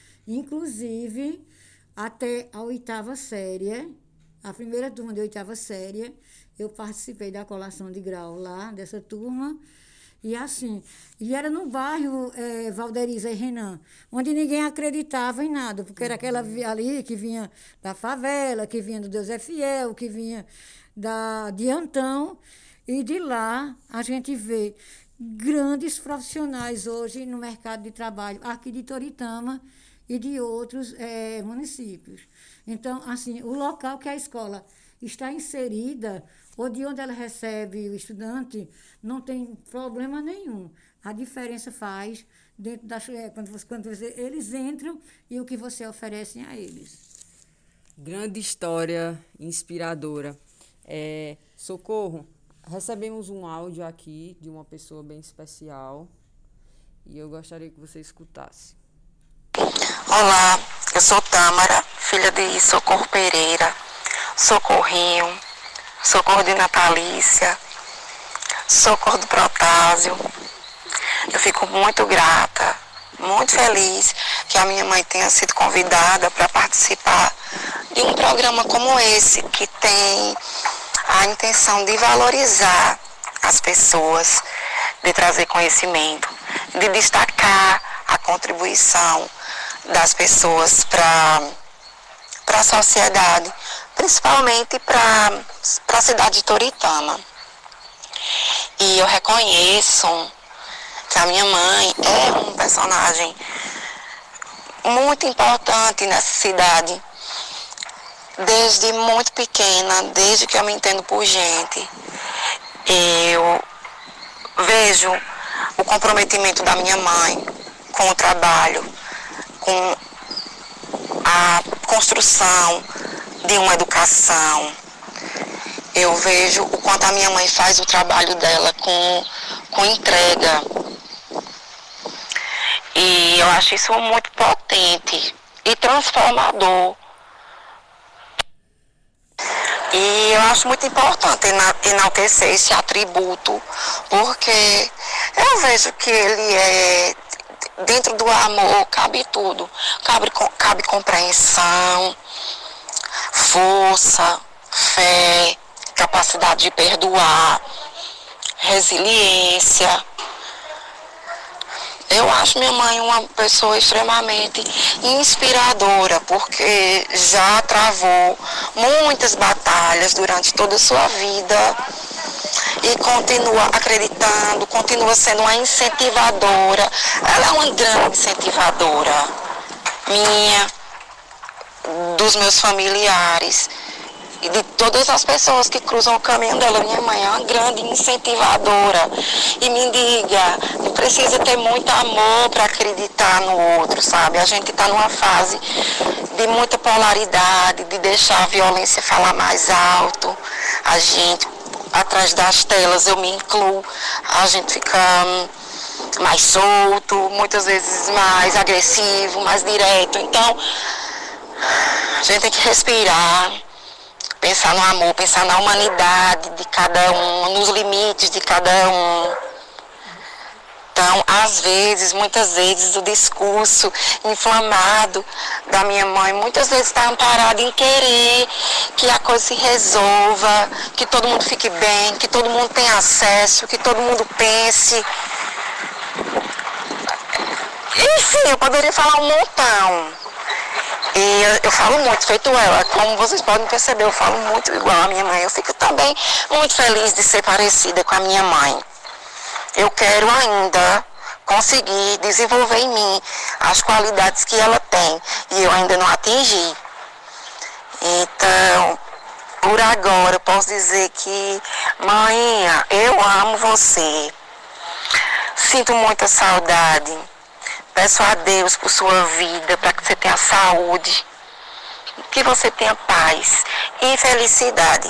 Inclusive, até a oitava série, a primeira turma de oitava série, eu participei da colação de grau lá, dessa turma. E assim, e era no bairro é, Valderiza e Renan, onde ninguém acreditava em nada, porque era aquela ali que vinha da favela, que vinha do Deus é Fiel, que vinha da, de Antão, e de lá a gente vê grandes profissionais hoje no mercado de trabalho, aqui de Toritama e de outros é, municípios. Então, assim, o local que a escola está inserida, ou de onde ela recebe o estudante, não tem problema nenhum. A diferença faz dentro da quando, você, quando você, eles entram e o que você oferece a eles. Grande história inspiradora. É, Socorro, recebemos um áudio aqui de uma pessoa bem especial e eu gostaria que você escutasse. Olá, eu sou Tâmara, filha de Socorro Pereira, Socorrinho, Socorro de Natalícia, Socorro do Protásio. Eu fico muito grata, muito feliz que a minha mãe tenha sido convidada para participar de um programa como esse, que tem a intenção de valorizar as pessoas, de trazer conhecimento, de destacar a contribuição das pessoas para para a sociedade, principalmente para a cidade de Toritama. E eu reconheço que a minha mãe é um personagem muito importante nessa cidade, desde muito pequena, desde que eu me entendo por gente. Eu vejo o comprometimento da minha mãe com o trabalho, com a construção de uma educação. Eu vejo o quanto a minha mãe faz o trabalho dela com, com entrega. E eu acho isso muito potente e transformador. E eu acho muito importante enaltecer esse atributo, porque eu vejo que ele é, dentro do amor, cabe tudo. Cabe, cabe compreensão, força, fé, capacidade de perdoar, resiliência. Eu acho minha mãe uma pessoa extremamente inspiradora, porque já travou muitas batalhas durante toda a sua vida e continua acreditando, continua sendo uma incentivadora. Ela é uma grande incentivadora minha, dos meus familiares e de todas as pessoas que cruzam o caminho dela. Minha mãe é uma grande incentivadora e me diga, não precisa ter muito amor para acreditar no outro, sabe? A gente está numa fase de muita polaridade, de deixar a violência falar mais alto. A gente, atrás das telas, eu me incluo, a gente fica mais solto, muitas vezes mais agressivo, mais direto. Então, a gente tem que respirar, pensar no amor, pensar na humanidade de cada um, nos limites de cada um. Então, às vezes, muitas vezes, o discurso inflamado da minha mãe, muitas vezes está amparado em querer que a coisa se resolva, que todo mundo fique bem, que todo mundo tenha acesso, que todo mundo pense. Enfim, eu poderia falar um montão. E eu, eu falo muito, feito ela, como vocês podem perceber, eu falo muito igual a minha mãe. Eu fico também muito feliz de ser parecida com a minha mãe. Eu quero ainda conseguir desenvolver em mim as qualidades que ela tem e eu ainda não atingi. Então, por agora, eu posso dizer que, mãe, eu amo você. Sinto muita saudade. Peço a Deus por sua vida, para que você tenha saúde, que você tenha paz e felicidade.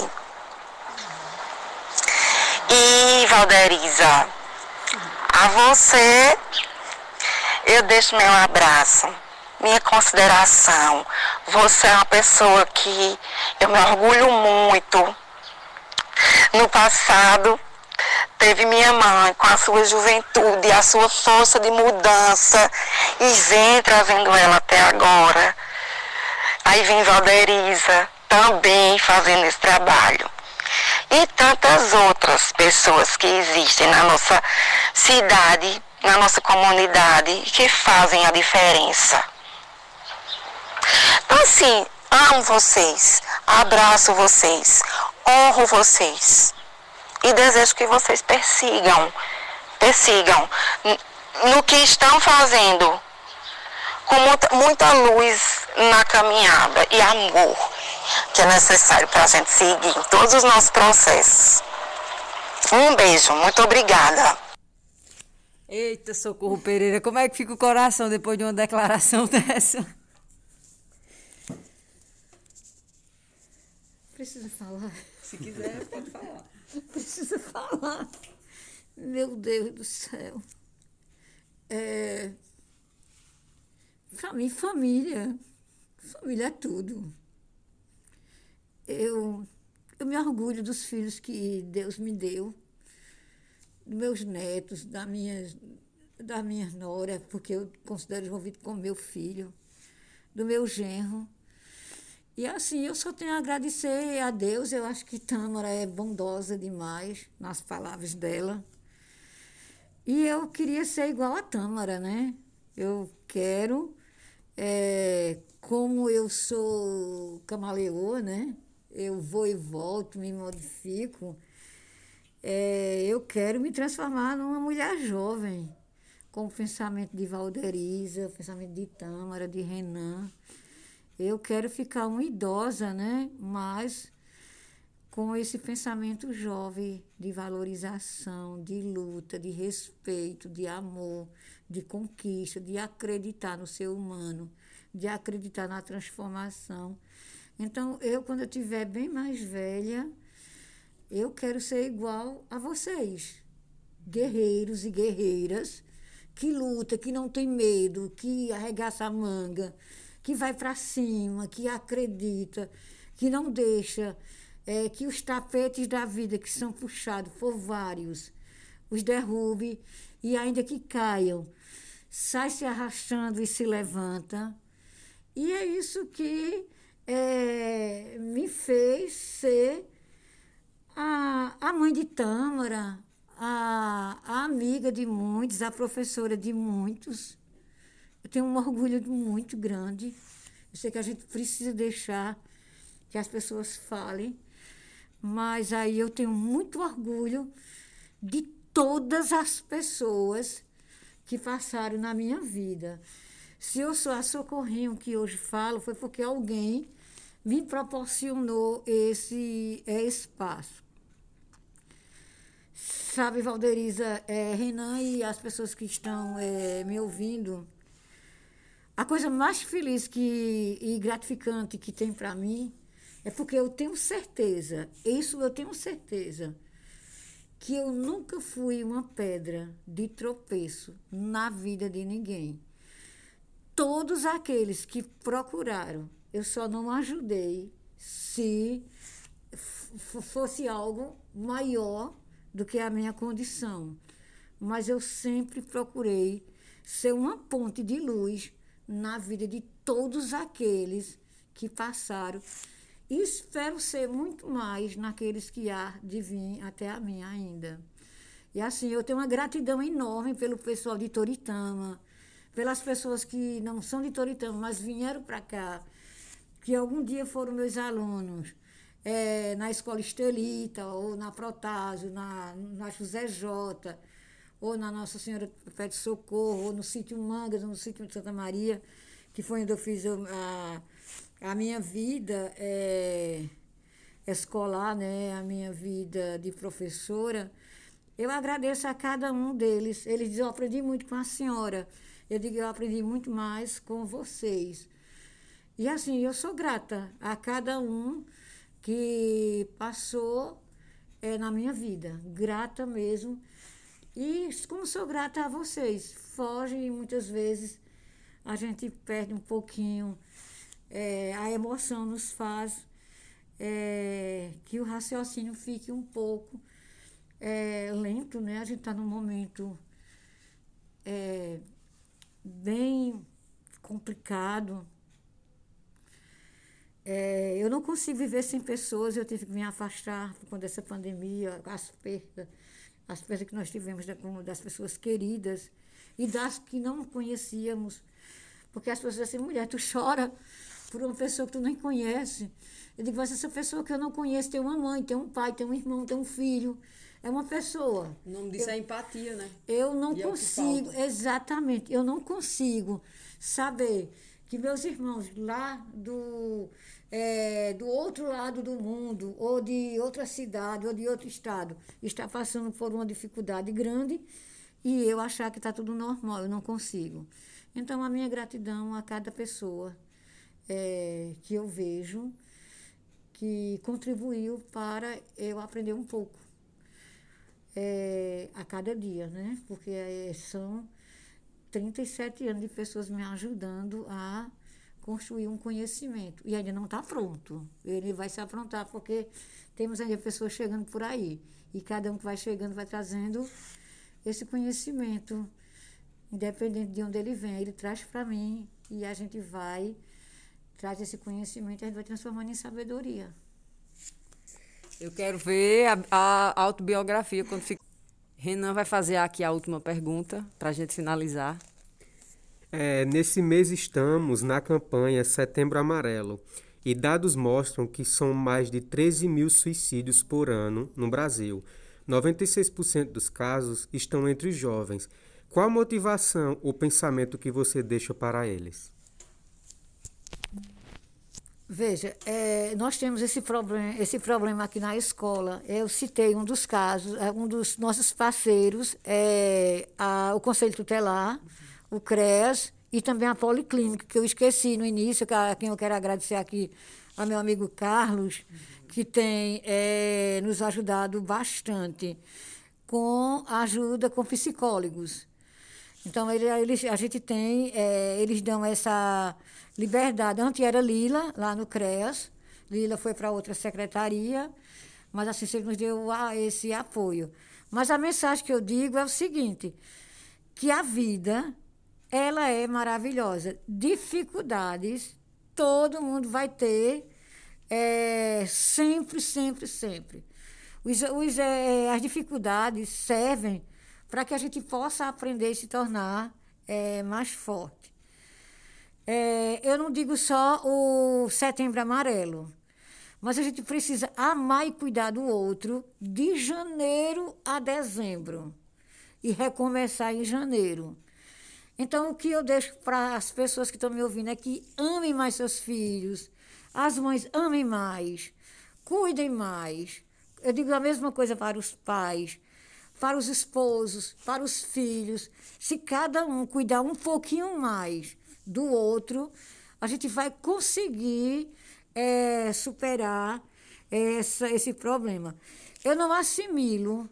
E, Valderiza, a você eu deixo meu abraço, minha consideração. Você é uma pessoa que eu me orgulho muito. No passado, teve minha mãe com a sua juventude, a sua força de mudança, e vem trazendo ela até agora. Aí vem Valderiza também fazendo esse trabalho. E tantas outras pessoas que existem na nossa cidade, na nossa comunidade, que fazem a diferença. Então, assim, amo vocês, abraço vocês, honro vocês. E desejo que vocês persigam, persigam no que estão fazendo, com muita, muita luz na caminhada e amor que é necessário para a gente seguir em todos os nossos processos. Um beijo, muito obrigada. Eita, Socorro Pereira, como é que fica o coração depois de uma declaração dessa? Precisa falar. Se quiser, pode falar. Precisa falar. Meu Deus do céu. É, para mim, família. Família é tudo. Eu, eu me orgulho dos filhos que Deus me deu, dos meus netos, da minha, da minha nora, porque eu considero envolvido com meu filho, do meu genro. E assim, eu só tenho a agradecer a Deus. Eu acho que Tâmara é bondosa demais nas palavras dela. E eu queria ser igual a Tâmara, né? Eu quero, é, como eu sou camaleoa, né? Eu vou e volto, me modifico. É, eu quero me transformar numa mulher jovem, com o pensamento de Valderiza, o pensamento de Tâmara, de Renan. Eu quero ficar uma idosa, né? Mas com esse pensamento jovem de valorização, de luta, de respeito, de amor, de conquista, de acreditar no ser humano, de acreditar na transformação. Então, eu, quando eu estiver bem mais velha, eu quero ser igual a vocês, guerreiros e guerreiras, que luta, que não tem medo, que arregaça a manga, que vai para cima, que acredita, que não deixa é, que os tapetes da vida que são puxados por vários, os derrube e ainda que caiam, sai se arrastando e se levanta. E é isso que é, me fez ser a, a mãe de Tâmara, a, a amiga de muitos, a professora de muitos. Eu tenho um orgulho muito grande. Eu sei que a gente precisa deixar que as pessoas falem, mas aí eu tenho muito orgulho de todas as pessoas que passaram na minha vida. Se eu sou a Socorrinho que hoje falo, foi porque alguém me proporcionou esse é, espaço. Sabe, Valderiza, é, Renan e as pessoas que estão é, me ouvindo, a coisa mais feliz que, e gratificante que tem para mim é porque eu tenho certeza, isso eu tenho certeza, que eu nunca fui uma pedra de tropeço na vida de ninguém. Todos aqueles que procuraram, eu só não ajudei se fosse algo maior do que a minha condição. Mas eu sempre procurei ser uma ponte de luz na vida de todos aqueles que passaram. E espero ser muito mais naqueles que há de vir até a mim ainda. E assim, eu tenho uma gratidão enorme pelo pessoal de Toritama, pelas pessoas que não são de Toritama, mas vieram para cá, que algum dia foram meus alunos, é, na Escola Estelita, ou na Protásio, na, na José J, ou na Nossa Senhora Pé de Socorro, ou no sítio Mangas, ou no sítio de Santa Maria, que foi onde eu fiz a, a minha vida é, escolar, né, a minha vida de professora. Eu agradeço a cada um deles. Eles dizem, eu aprendi muito com a senhora. Eu digo, eu aprendi muito mais com vocês. E assim, eu sou grata a cada um que passou é, na minha vida. Grata mesmo. E como sou grata a vocês. Foge e muitas vezes a gente perde um pouquinho. É, a emoção nos faz é, que o raciocínio fique um pouco é, lento, né? A gente está num momento é, bem complicado. É, eu não consigo viver sem pessoas, eu tive que me afastar por conta dessa pandemia, as perdas, as perdas que nós tivemos das pessoas queridas e das que não conhecíamos. Porque as pessoas dizem assim, mulher, tu chora por uma pessoa que tu nem conhece. Eu digo, mas essa pessoa que eu não conheço tem uma mãe, tem um pai, tem um irmão, tem um filho. É uma pessoa. O nome disso eu, é empatia, né? Eu não e consigo, é exatamente, eu não consigo saber que meus irmãos lá do, é, do outro lado do mundo, ou de outra cidade, ou de outro estado, está passando por uma dificuldade grande e eu achar que está tudo normal, eu não consigo. Então, a minha gratidão a cada pessoa é, que eu vejo que contribuiu para eu aprender um pouco é, a cada dia, né? Porque é, são trinta e sete anos de pessoas me ajudando a construir um conhecimento. E ainda não está pronto. Ele vai se aprontar, porque temos ainda pessoas chegando por aí. E cada um que vai chegando vai trazendo esse conhecimento, independente de onde ele vem. Ele traz para mim e a gente vai, traz esse conhecimento e a gente vai transformando em sabedoria. Eu quero ver a, a autobiografia quando fica. Renan vai fazer aqui a última pergunta para a gente finalizar. É, nesse mês estamos na campanha Setembro Amarelo e dados mostram que são mais de treze mil suicídios por ano no Brasil. noventa e seis por cento dos casos estão entre os jovens. Qual a motivação ou pensamento que você deixa para eles? Veja, é, nós temos esse problema, esse problema aqui na escola. Eu citei um dos casos, é, um dos nossos parceiros, é, a, o Conselho Tutelar, o CREAS e também a Policlínica, que eu esqueci no início, que a quem eu quero agradecer aqui, a meu amigo Carlos, que tem é, nos ajudado bastante com ajuda com psicólogos. Então, ele, eles, a gente tem, é, eles dão essa liberdade. Antes era Lila, lá no CREAS. Lila foi para outra secretaria, mas assim, você nos deu esse apoio. Mas a mensagem que eu digo é o seguinte, que a vida, ela é maravilhosa. Dificuldades, todo mundo vai ter, é, sempre, sempre, sempre. Os, os, é, as dificuldades servem para que a gente possa aprender e se tornar é, mais forte. É, eu não digo só o Setembro Amarelo, mas a gente precisa amar e cuidar do outro de janeiro a dezembro e recomeçar em janeiro. Então, o que eu deixo para as pessoas que estão me ouvindo é que amem mais seus filhos, as mães amem mais, cuidem mais. Eu digo a mesma coisa para os pais, para os esposos, para os filhos. Se cada um cuidar um pouquinho mais do outro, a gente vai conseguir é, superar essa, esse problema. Eu não assimilo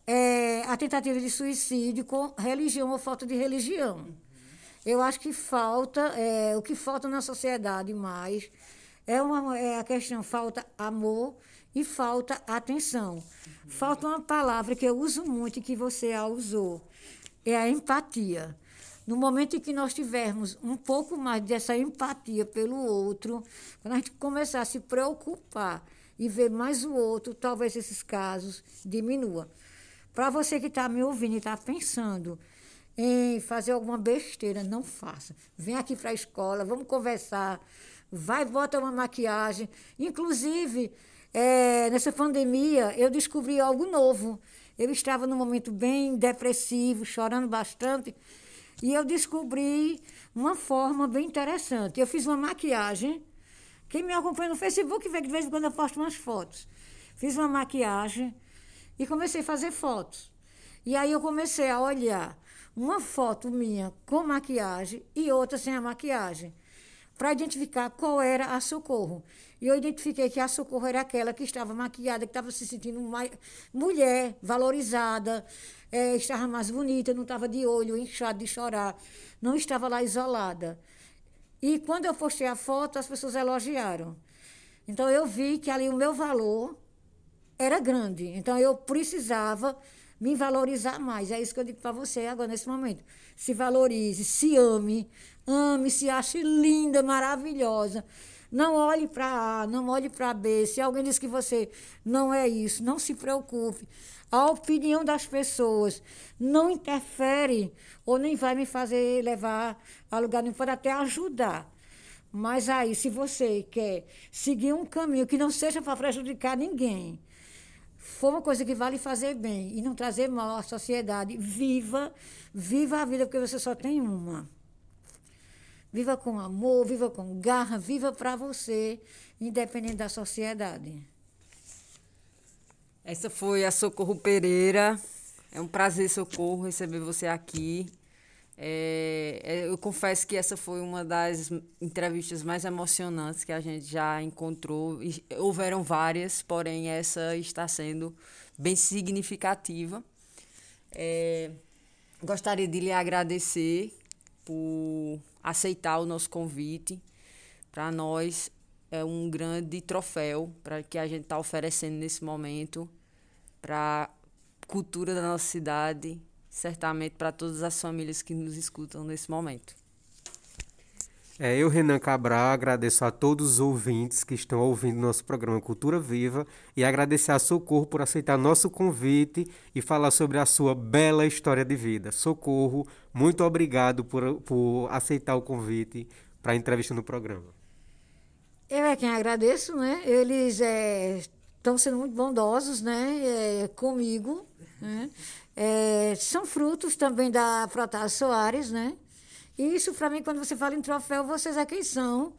é, a tentativa de suicídio com religião ou falta de religião. Eu acho que falta, é, o que falta na sociedade mais é, uma, é a questão, falta amor e falta atenção. Falta uma palavra que eu uso muito e que você a usou, é a empatia. No momento em que nós tivermos um pouco mais dessa empatia pelo outro, quando a gente começar a se preocupar e ver mais o outro, talvez esses casos diminuam. Para você que está me ouvindo e está pensando em fazer alguma besteira, não faça. Vem aqui para a escola, vamos conversar, vai, bota uma maquiagem. Inclusive, é, nessa pandemia, eu descobri algo novo. Eu estava num momento bem depressivo, chorando bastante, e eu descobri uma forma bem interessante. Eu fiz uma maquiagem. Quem me acompanha no Facebook vê que de vez em quando eu posto umas fotos. Fiz uma maquiagem e comecei a fazer fotos. E aí eu comecei a olhar uma foto minha com maquiagem e outra sem a maquiagem, para identificar qual era a Socorro. E eu identifiquei que a Socorro era aquela que estava maquiada, que estava se sentindo mais mulher, valorizada, é, estava mais bonita, não estava de olho inchado de chorar, não estava lá isolada. E quando eu postei a foto, as pessoas elogiaram. Então, eu vi que ali o meu valor era grande. Então, eu precisava me valorizar mais. É isso que eu digo para você agora, nesse momento. Se valorize, se ame, ame, se ache linda, maravilhosa. Não olhe para A, não olhe para B. Se alguém diz que você não é isso, não se preocupe. A opinião das pessoas não interfere ou nem vai me fazer levar a lugar nenhum, pode até ajudar. Mas aí, se você quer seguir um caminho que não seja para prejudicar ninguém, for uma coisa que vale fazer bem e não trazer mal à sociedade, viva, viva a vida, porque você só tem uma. Viva com amor, viva com garra, viva para você, independente da sociedade. Essa foi a Socorro Pereira. É um prazer, Socorro, receber você aqui. É, é, eu confesso que essa foi uma das entrevistas mais emocionantes que a gente já encontrou. E houveram várias, porém essa está sendo bem significativa. É, gostaria de lhe agradecer por aceitar o nosso convite. Para nós é um grande troféu para que a gente está oferecendo nesse momento para a cultura da nossa cidade, certamente para todas as famílias que nos escutam nesse momento. É, eu, Renan Cabral, agradeço a todos os ouvintes que estão ouvindo nosso programa Cultura Viva e agradecer a Socorro por aceitar nosso convite e falar sobre a sua bela história de vida. Socorro, muito obrigado por, por aceitar o convite para a entrevista no programa. Eu é quem agradeço, né? Eles estão é, sendo muito bondosos, né? É, comigo, né? É, são frutos também da Protásio Soares, né? E isso, para mim, quando você fala em troféu, vocês é quem são.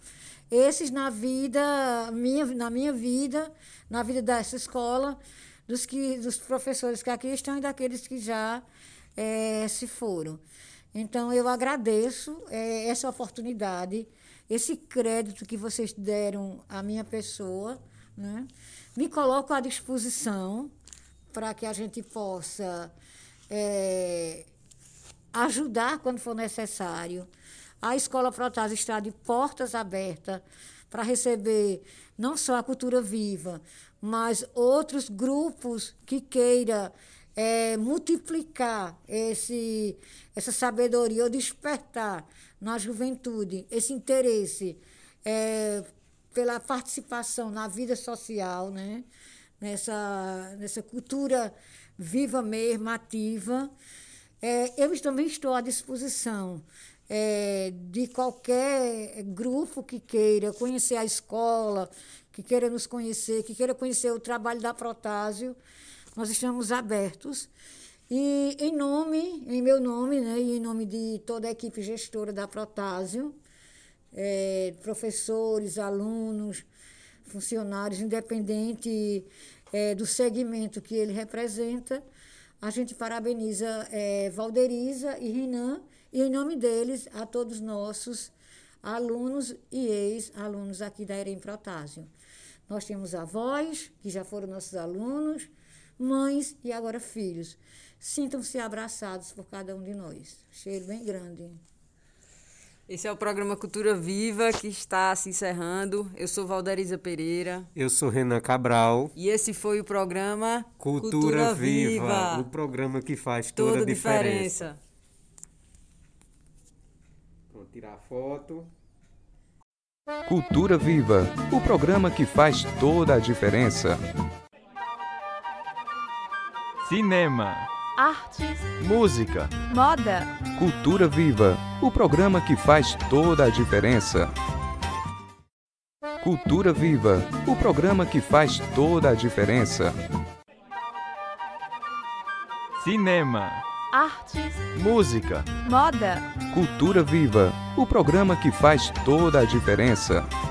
esses na vida, minha, na minha vida, na vida dessa escola, dos, que, dos professores que aqui estão e daqueles que já é, se foram. Então, eu agradeço é, essa oportunidade, esse crédito que vocês deram à minha pessoa, né? Me coloco à disposição para que a gente possa é, ajudar quando for necessário. A Escola Protásio está de portas abertas para receber não só a cultura viva, mas outros grupos que queiram é, multiplicar esse, essa sabedoria ou despertar na juventude esse interesse é, pela participação na vida social, né? nessa, nessa cultura viva mesmo, ativa. É, eu também estou à disposição é, de qualquer grupo que queira conhecer a escola, que queira nos conhecer, que queira conhecer o trabalho da Protásio. Nós estamos abertos. E em nome, em meu nome, né, e em nome de toda a equipe gestora da Protásio, é, professores, alunos, funcionários, independente é, do segmento que ele representa, a gente parabeniza é, Valderiza e Renan, e em nome deles, a todos nossos alunos e ex-alunos aqui da EREM Protásio. Nós temos avós, que já foram nossos alunos, mães e agora filhos. Sintam-se abraçados por cada um de nós. Cheiro bem grande. Esse é o programa Cultura Viva, que está se encerrando. Eu sou Valderiza Pereira. Eu sou Renan Cabral. E esse foi o programa Cultura, Cultura Viva, Viva, o programa que faz toda, toda a diferença. diferença. Vou tirar a foto. Cultura Viva, o programa que faz toda a diferença. Cinema, artes, música, moda. Cultura Viva, o programa que faz toda a diferença. Cultura Viva, o programa que faz toda a diferença. cinema, Artes, música, moda. Cultura Viva, o programa que faz toda a diferença.